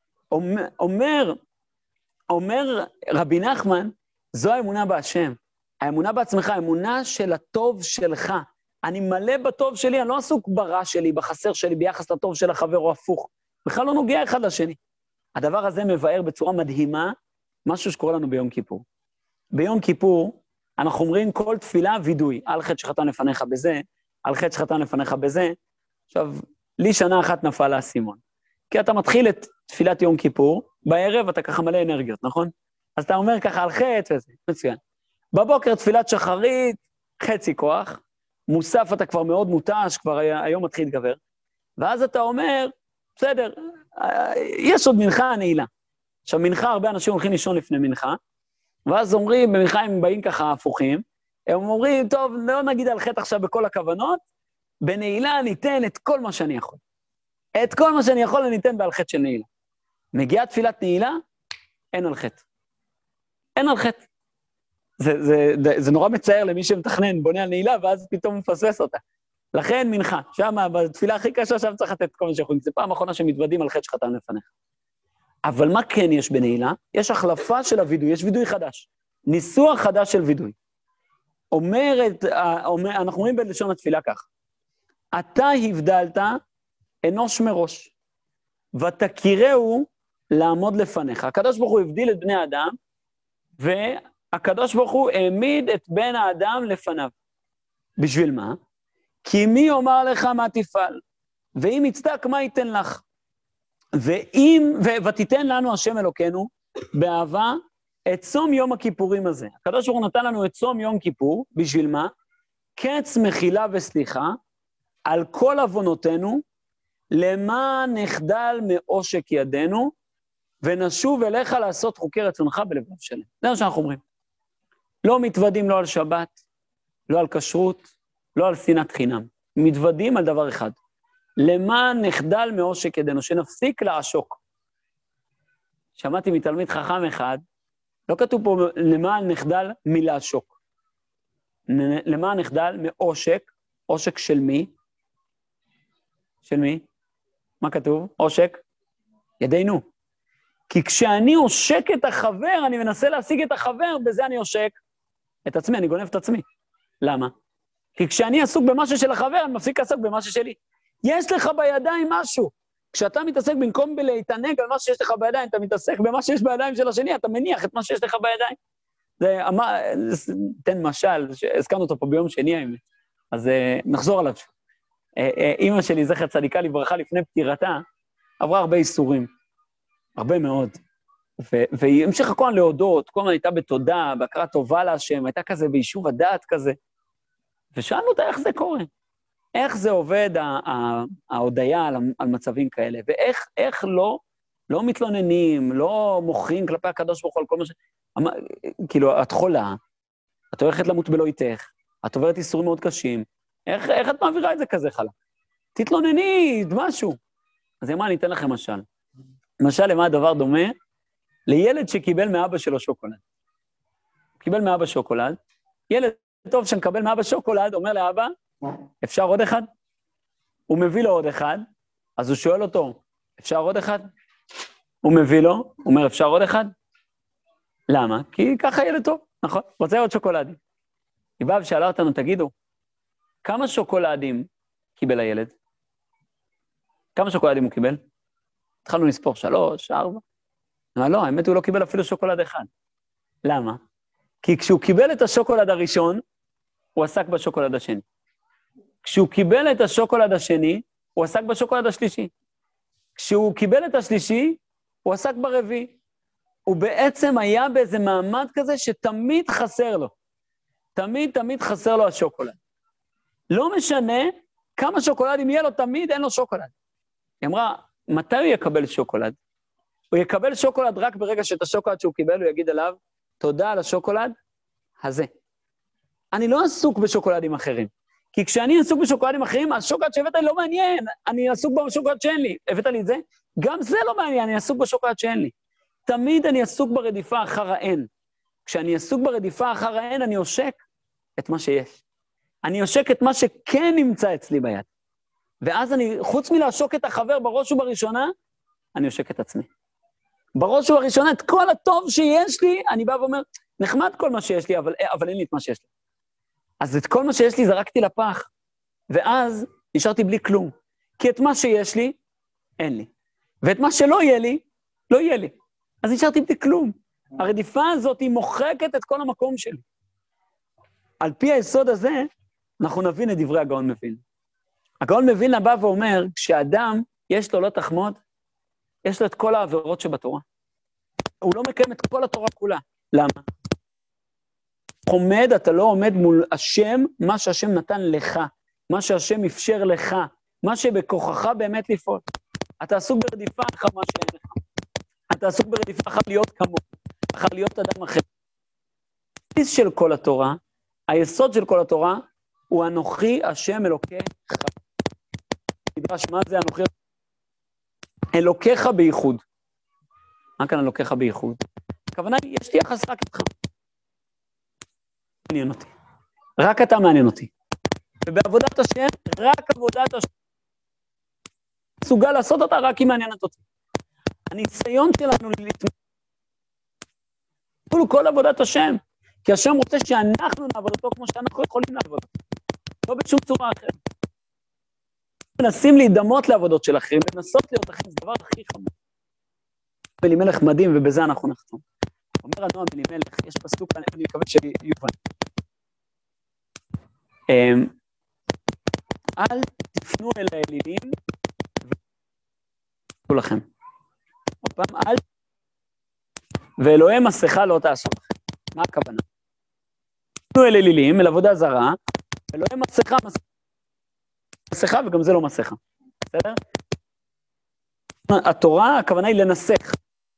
[SPEAKER 1] אומר רבי נחמן, זו האמונה בהשם. האמונה בעצמך, האמונה של הטוב שלך. אני מלא בטוב שלי, אני לא עסוק ברע שלי, בחסר שלי, ביחס לטוב של החבר או הפוך. בכלל לא נוגע אחד לשני. הדבר הזה מבאר בצורה מדהימה, משהו שקורה לנו ביום כיפור. ביום כיפור, אנחנו אומרים כל תפילה וידוי, על חטא שחטא לפניך בזה, על חטא שחטא לפניך בזה. עכשיו, לי שנה אחת נפל האסימון. כי אתה מתחיל את תפילת יום כיפור, בערב אתה ככה מלא אנרגיות, נכון? אז אתה אומר ככה על חטא וזה, מצוין. בבוקר תפילת שחרית, חצי כוח, מוסף אתה כבר מאוד מותש, כבר היום מתחיל להתגבר, ואז אתה אומר, בסדר, יש עוד מנחה נעילה. עכשיו מנחה, הרבה אנשים הולכים לישון לפני מנחה, ואז אומרים, במנחה הם באים ככה הפוכים, הם אומרים, טוב, לא נגיד על חטא עכשיו בכל הכוונות, בנעילה ניתן את כל מה שאני יכול. את כל מה שאני יכול ניתן בעל חטא של נעילה. מגיעה תפילת נעילה, אין על חטא. אין על חטא. זה נורא מצער למי שמתכנן, בונה על נעילה, ואז פתאום מפספס אותה. לכן מנחה, שם בתפילה הכי קשה, שם צריך לתת כל מה שיכולים. זה פעם אחרונה שמתוודים על חטא שחטא לפניך. אבל מה כן יש בנעילה? יש החלפה של הוידוי, יש וידוי חדש. ניסוח חדש של וידוי. אנחנו אומרים בלשון התפילה כך, אתה הבדלת אנוש מראש, ותכירהו לעמוד לפניך. הקדוש ברוך הוא הבדיל את בני האדם, והקדוש ברוך הוא העמיד את בן האדם לפניו. בשביל מה? כי מי יאמר לך מה תפעל, ואם יצדק מה ייתן לך. ותיתן לנו השם אלוקינו באהבה את צום יום הכיפורים הזה. הקדוש ברוך הוא נתן לנו את צום יום כיפור, בשביל מה? קץ מחילה וסליחה על כל עוונותינו, למען נחדל מעושק ידינו, ונשוב אליך לעשות חוקי רצונך בלבב שלם. זה מה שאנחנו אומרים. לא מתוודים לא על שבת, לא על כשרות, לא על שנאת חינם. מתוודים על דבר אחד. למען נחדל מעושק ידינו, שנפסיק לעשוק. שמעתי מתלמיד חכם אחד, לא כתוב פה למען נחדל מלעשוק. למען נחדל מעושק, עושק של מי? של מי? מה כתוב? עושק? ידינו. כי כשאני עושק את החבר, אני מנסה להשיג את החבר, בזה אני עושק את עצמי, אני גונב את עצמי. למה? כי כשאני עסוק במשהו של החבר, אני מפסיק לעסוק במשהו שלי. יש לך בידיים משהו. כשאתה מתעסק במקום בלהתענג על מה שיש לך בידיים, אתה מתעסק במה שיש בידיים של השני, אתה מניח את מה שיש לך בידיים. תן משל, הזכרנו אותו פה ביום שני האמת, אז נחזור עליו. אמא שלי, זכר צדיקה לברכה, לפני פטירתה, עברה הרבה איסורים, הרבה מאוד. והיא המשיכה כל הזמן להודות, כל הזמן הייתה בתודה, בהכרת טובה להשם, הייתה כזה ביישוב הדעת כזה. ושאלנו אותה איך זה קורה. איך זה עובד ההודיה על מצבים כאלה, ואיך לא מתלוננים, לא מוכרים כלפי הקדוש ברוך הוא על כל מה ש... כאילו, את חולה, את הולכת למות בלא איתך, את עוברת איסורים מאוד קשים, איך את מעבירה את זה כזה חלה? תתלונני, משהו. אז היא אמרה, אני אתן לכם משל. משל למה הדבר דומה? לילד שקיבל מאבא שלו שוקולד. קיבל מאבא שוקולד, ילד טוב שמקבל מאבא שוקולד, אומר לאבא, אפשר עוד אחד? הוא מביא לו עוד אחד, אז הוא שואל אותו, אפשר עוד אחד? הוא מביא לו, הוא אומר, אפשר עוד אחד? למה? כי ככה ילד טוב, נכון? רוצה עוד שוקולדים. היא באה ושאלה אותנו, תגידו, כמה שוקולדים קיבל הילד? כמה שוקולדים הוא קיבל? התחלנו לספור 3, 4. אבל לא, האמת הוא לא קיבל אפילו שוקולד אחד. למה? כי כשהוא קיבל את השוקולד הראשון, הוא עסק בשוקולד השני. כשהוא קיבל את השוקולד השני, הוא עסק בשוקולד השלישי. כשהוא קיבל את השלישי, הוא עסק ברביעי. הוא בעצם היה באיזה מעמד כזה שתמיד חסר לו. תמיד חסר לו השוקולד. לא משנה כמה שוקולדים יהיה לו, תמיד אין לו שוקולד. היא אמרה, מתי הוא יקבל שוקולד? הוא יקבל שוקולד רק ברגע שאת השוקולד שהוא קיבל, הוא יגיד עליו, תודה על השוקולד הזה. אני לא עסוק בשוקולדים אחרים. כי כשאני עסוק בשוקולדים אחרים, השוקולד שהבאת לי לא מעניין, אני עסוק בשוקולד שאין לי. הבאת לי את זה? גם זה לא מעניין, אני עסוק בשוקולד שאין לי. תמיד אני עסוק ברדיפה אחר האין. כשאני עסוק ברדיפה אחר האין, אני עושק את מה שיש. אני עושק את מה שכן נמצא אצלי ביד. ואז אני, חוץ מלעשוק את החבר בראש ובראשונה, אני עושק את עצמי. בראש ובראשונה, את כל הטוב שיש לי, אני בא ואומר, נחמד כל מה שיש לי, אבל אין לי את מה שיש לי. אז את כל מה שיש לי זרקתי לפח, ואז נשארתי בלי כלום. כי את מה שיש לי, אין לי. ואת מה שלא יהיה לי, לא יהיה לי. אז נשארתי בלי כלום. הרדיפה הזאת היא מוחקת את כל המקום שלי. על פי היסוד הזה, אנחנו נבין את דברי הגאון מווילנה. הגאון מווילנה בא ואומר, כשאדם יש לו לא תחמוד, יש לו את כל העבירות שבתורה. הוא לא מקיים את כל התורה כולה. למה? עומד, אתה לא עומד מול השם, מה שהשם נתן לך, מה שהשם אפשר לך, מה שבכוחך באמת לפעול. אתה עסוק ברדיפה אחר מה שאין לך. אתה עסוק ברדיפה אחר להיות כמוהו, אחר להיות אדם אחר. הבסיס של כל התורה, היסוד של כל התורה, הוא אנוכי השם אלוקיך. מדרש, מה זה אנוכי? אלוקיך בייחוד. מה כאן אלוקיך בייחוד? הכוונה היא, יש לי יחס רק איתך. מעניין אותי. רק אתה מעניין אותי. ובעבודת השם, רק עבודת השם. מסוגל לעשות אותה רק היא מעניינת אותי. הניסיון שלנו להתמודד. כל עבודת השם. כי השם רוצה שאנחנו נעבוד אותו כמו שאנחנו יכולים לעבוד אותו. לא בשום צורה אחרת. מנסים להידמות לעבודות של אחרים, לנסות להיות אחרים, זה דבר הכי חמור. אלימלך מדהים, ובזה אנחנו נחתום. אומר הנועם אלימלך, יש פסוק, אני מקווה שיובן. אל תפנו אל האלילים ותעשו לכם. עוד פעם, אל ואלוהי מסכה לא תעשו לכם. מה הכוונה? תפנו אל אלילים, אל עבודה זרה, אלוהי מסכה, וגם זה לא מסכה. בסדר? התורה, הכוונה היא לנסח.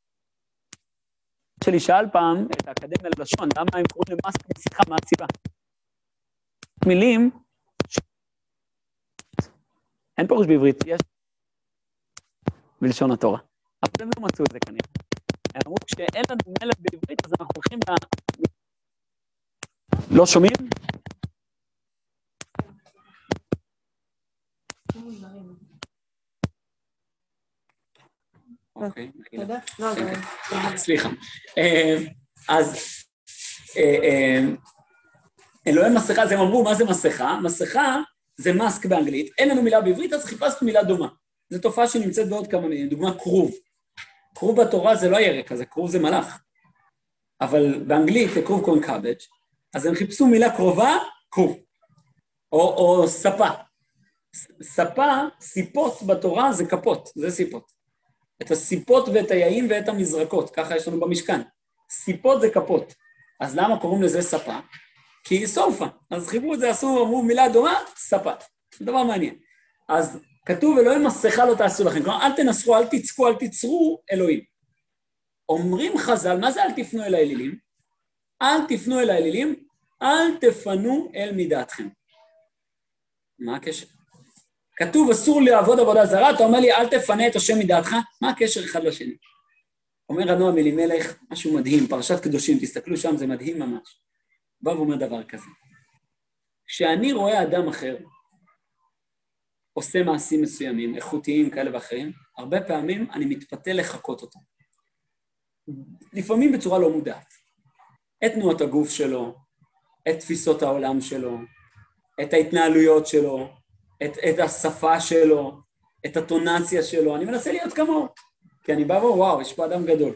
[SPEAKER 1] שלי שאל פעם את האקדמיה ללשון, למה הם קוראים למסכה, מה הסיבה? מילים, אין פירוש בעברית, יש בלשון התורה. אבל הם לא מצאו את זה כנראה. הם אמרו, כשאין לנו מלך בעברית, אז אנחנו הולכים לא שומעים? אוקיי, סליחה. אז אלוהי מסכה, אז הם אמרו, מה זה מסכה? מסכה זה מאסק באנגלית, אין לנו מילה בעברית, אז חיפשנו מילה דומה. זו תופעה שנמצאת בעוד כמה מילים, דוגמה קרוב. קרוב בתורה זה לא ירק, אז הקרוב זה מלאך. אבל באנגלית לקרוב קוראים קאבג', אז הם חיפשו מילה קרובה, קרוב. או ספה. ספה, סיפות בתורה זה כפות, זה סיפות. את הסיפות ואת היעים ואת המזרקות, ככה יש לנו במשכן. סיפות זה כפות. אז למה קוראים לזה ספה? כי היא סופה. אז חיברו את זה, אמרו מילה דומה, ספה. זה דבר מעניין. אז כתוב, אלוהים מסכה לא תעשו לכם. כלומר, אל תנסחו, אל תצקו, אל תצרו אלוהים. אומרים חז"ל, מה זה אל תפנו אל האלילים? אל תפנו אל האלילים, אל תפנו אל מידתכם. מה הקשר? כתוב, אסור לעבוד עבודה זרה, אתה אומר לי, אל תפנה את השם מידתך, מה הקשר אחד לשני? אומר הנועם אלימלך, משהו מדהים, פרשת קדושים, תסתכלו שם, זה מדהים ממש. בא ואומר דבר כזה. כשאני רואה אדם אחר, עושה מעשים מסוימים, איכותיים כאלה ואחרים, הרבה פעמים אני מתפתה לחקות אותו. לפעמים בצורה לא מודעת. את תנועות הגוף שלו, את תפיסות העולם שלו, את ההתנהלויות שלו, את השפה שלו, את הטונציה שלו, אני מנסה להיות כמוהו, כי אני בא וואו, יש פה אדם גדול.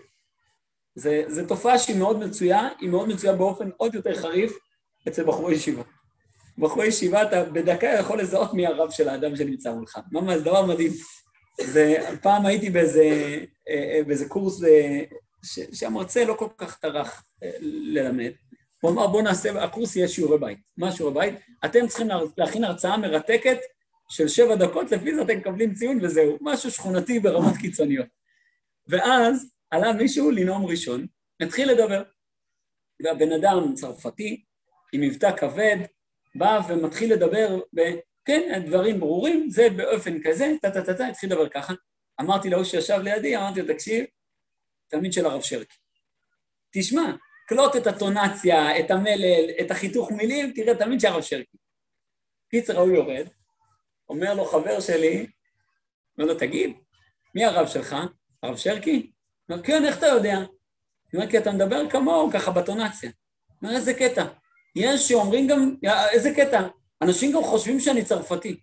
[SPEAKER 1] זה תופעה שהיא מאוד מצויה, היא מאוד מצויה באופן עוד יותר חריף אצל בחורי ישיבה. בחורי ישיבה אתה בדקה יכול לזהות מי הרב של האדם שנמצא מולך. ממש, זה דבר מדהים. פעם הייתי באיזה קורס שהמרצה לא כל כך טרח ללמד. הוא אמר, בוא נעשה, הקורס יהיה שיעורי בית. מה שיעורי בית? אתם צריכים להכין הרצאה מרתקת של 7 דקות, לפי זה אתם מקבלים ציון וזהו. משהו שכונתי ברמות קיצוניות. ואז עלה מישהו לנאום ראשון, התחיל לדבר. והבן אדם צרפתי, עם מבטא כבד, בא ומתחיל לדבר, כן, דברים ברורים, זה באופן כזה, התחיל לדבר ככה. אמרתי לו שישב לידי, אמרתי לו, תקשיב, תלמיד של הרב שרקי. תשמע, קלוט את הטונציה, את המלל, את החיתוך מילים, תראה, תלמיד של הרב שרקי. קיצר, הוא יורד, אומר לו, חבר שלי, אומר לו, תגיד, מי הרב שלך? הרב שרקי? אומר, כן, איך אתה יודע? אומר, כי אתה מדבר כמוהו, ככה בטונציה. אומר, איזה קטע? יש שאומרים גם, איזה קטע? אנשים גם חושבים שאני צרפתי.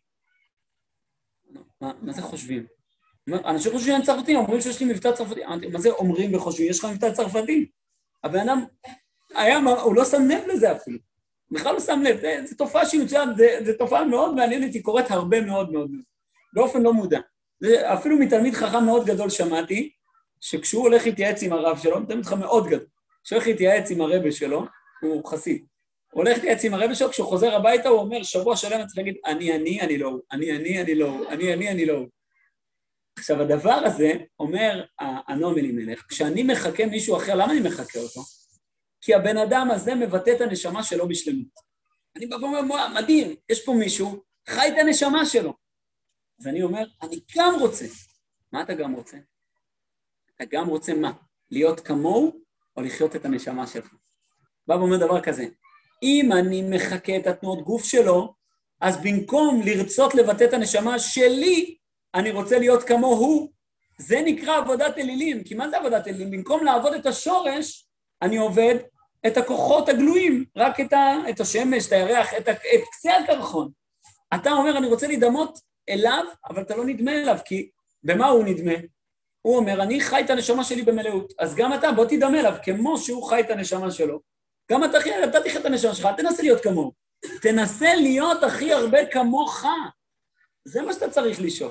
[SPEAKER 1] מה זה חושבים? אנשים חושבים שאני צרפתי, אומרים שיש לי מבטא צרפתי. מה זה אומרים וחושבים? יש לך מבטא צרפתי. הבן אדם, הוא לא שם לב לזה אפילו. בכלל לא שם לב, זו תופעה שהיא מצוינת, זו תופעה מאוד מעניינת, היא קורית הרבה מאוד מאוד, באופן לא מודע. אפילו מתלמיד חכם מאוד גדול שמעתי, שכשהוא הולך להתייעץ עם הרב שלו, תלמיד חכם מאוד גדול, כשהוא הולך להתייעץ עם הרב שלו, הוא חסיד, הוא הולך להתייעץ עם הרב שלו, כשהוא חוזר הביתה, הוא אומר, שבוע שלם צריך להגיד, אני לא, אני לא. עכשיו, הדבר הזה, אומר הנועם אלימלך, כשאני מחכה מישהו אחר, למה אני מחכה אותו? כי הבן אדם הזה מבטא את הנשמה שלו בשלמות. אני בא ואומר, מדהים, יש פה מישהו, חי את הנשמה שלו. אז אני אומר, אני גם רוצה. מה אתה גם רוצה? אתה גם רוצה מה? להיות כמוהו, או לחיות את הנשמה שלך? בא ואומר דבר כזה, אם אני מחכה את התנועות גוף שלו, אז במקום לרצות לבטא את הנשמה שלי, אני רוצה להיות כמוהו, זה נקרא עבודת אלילים. כי מה זה עבודת אלילים? במקום לעבוד את השורש, אני עובד את הכוחות הגלויים, רק את השמש, את הירח, את קצה הקרחון. אתה אומר, אני רוצה להידמות אליו, אבל אתה לא נדמה אליו, כי במה הוא נדמה? הוא אומר, אני חי את הנשמה שלי במלאות, אז גם אתה, בוא תדמה אליו, כמו שהוא חי את הנשמה שלו, גם אתה תחי את הנשמה שלך, תנסה להיות כמוהו. תנסה להיות הכי הרבה כמוך. זה מה שאתה צריך לשאוף.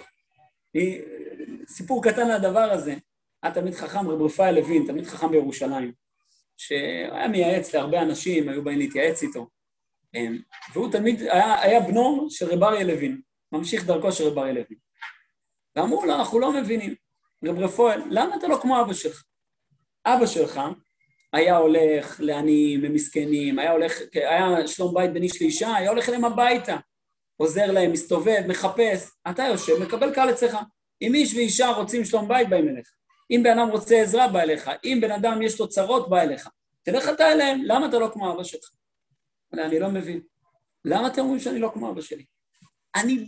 [SPEAKER 1] סיפור קטן לדבר הזה, תלמיד חכם, רב רפאל לוין, תלמיד חכם בירושלים, שהיה מייעץ להרבה אנשים, היו באים להתייעץ איתו, והוא תמיד היה בנו של רב אריה לוין, ממשיך דרכו של רב אריה לוין. ואמרו לו, אנחנו לא מבינים, רב רפאל, למה אתה לא כמו אבא שלך? אבא שלך היה הולך לעניים, למסכנים, היה שלום בית בין איש לאישה, היה הולך אליהם הביתה, עוזר להם, מסתובב, מחפש, אתה יושב, מקבל קהל אצלך. אם איש ואישה רוצים שלום בית, באים אליך. אם בן אדם רוצה עזרה, בא אליך. אם בן אדם יש לו צרות, בא אליך. תלך אתה אליהם, למה אתה לא כמו אבא שלך? אני לא מבין. למה אתם אומרים שאני לא כמו אבא שלי? אני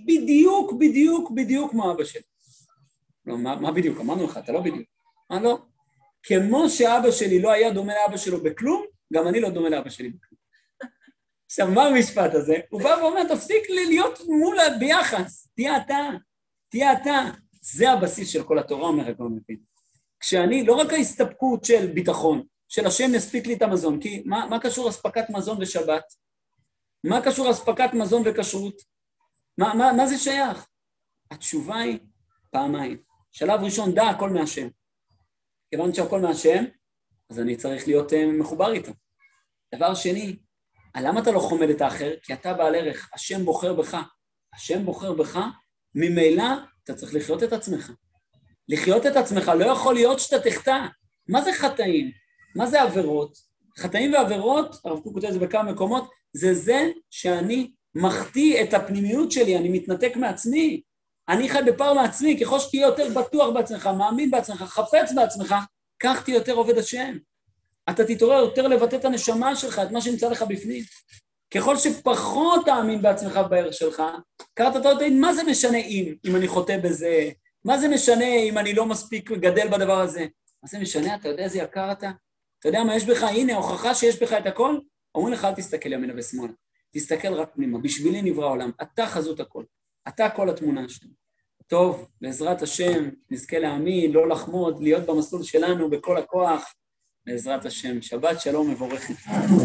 [SPEAKER 1] בדיוק כמו אבא שלי. לא, מה בדיוק? אמרנו לך, אתה לא בדיוק. מה לא? כמו שאבא שלי לא היה דומה לאבא שלו בכלום, גם אני לא דומה לאבא שלי בכלום. עכשיו, מה המשפט הזה? הוא בא ואומר, תפסיק להיות מולה ביחס, תהיה אתה. זה הבסיס של כל התורה, אומר הגאון מווילנה. כשאני, לא רק ההסתפקות של ביטחון, של השם יספיק לי את המזון, כי מה קשור אספקת מזון ושבת? מה קשור אספקת מזון וכשרות? מה זה שייך? התשובה היא פעמיים. שלב ראשון, דע הכל מהשם. כיוון שהכל מהשם, אז אני צריך להיות מחובר איתו. דבר שני, למה אתה לא חומד את האחר? כי אתה בעל ערך, השם בוחר בך. השם בוחר בך, ממילא אתה צריך לחיות את עצמך. לחיות את עצמך, לא יכול להיות שאתה תחטא. מה זה חטאים? מה זה עבירות? חטאים ועבירות, הרב קוק כותב את זה בכמה מקומות, זה שאני מחטיא את הפנימיות שלי, אני מתנתק מעצמי. אני חי בפער מעצמי, ככל שתהיה יותר בטוח בעצמך, מאמין בעצמך, חפץ בעצמך, כך תהיה יותר עובד השם. אתה תתעורר יותר לבטא את הנשמה שלך, את מה שנמצא לך בפנים. ככל שפחות תאמין בעצמך בערך שלך, כך אתה תגיד, מה זה משנה אם אני חוטא בזה? מה זה משנה אם אני לא מספיק גדל בדבר הזה? מה זה משנה? אתה יודע איזה יקר אתה? אתה יודע מה יש בך? הנה, ההוכחה שיש בך את הכל. אומרים לך, אל תסתכל ימינה ושמאלה. תסתכל רק פנימה. בשבילי נברא העולם. אתה חזות הכל. אתה כל התמונה שלי. טוב, בעזרת השם, נזכה להאמין, לא לחמוד, להיות במסלול שלנו בכל הכוח. בעזרת השם. שבת שלום מבורכת.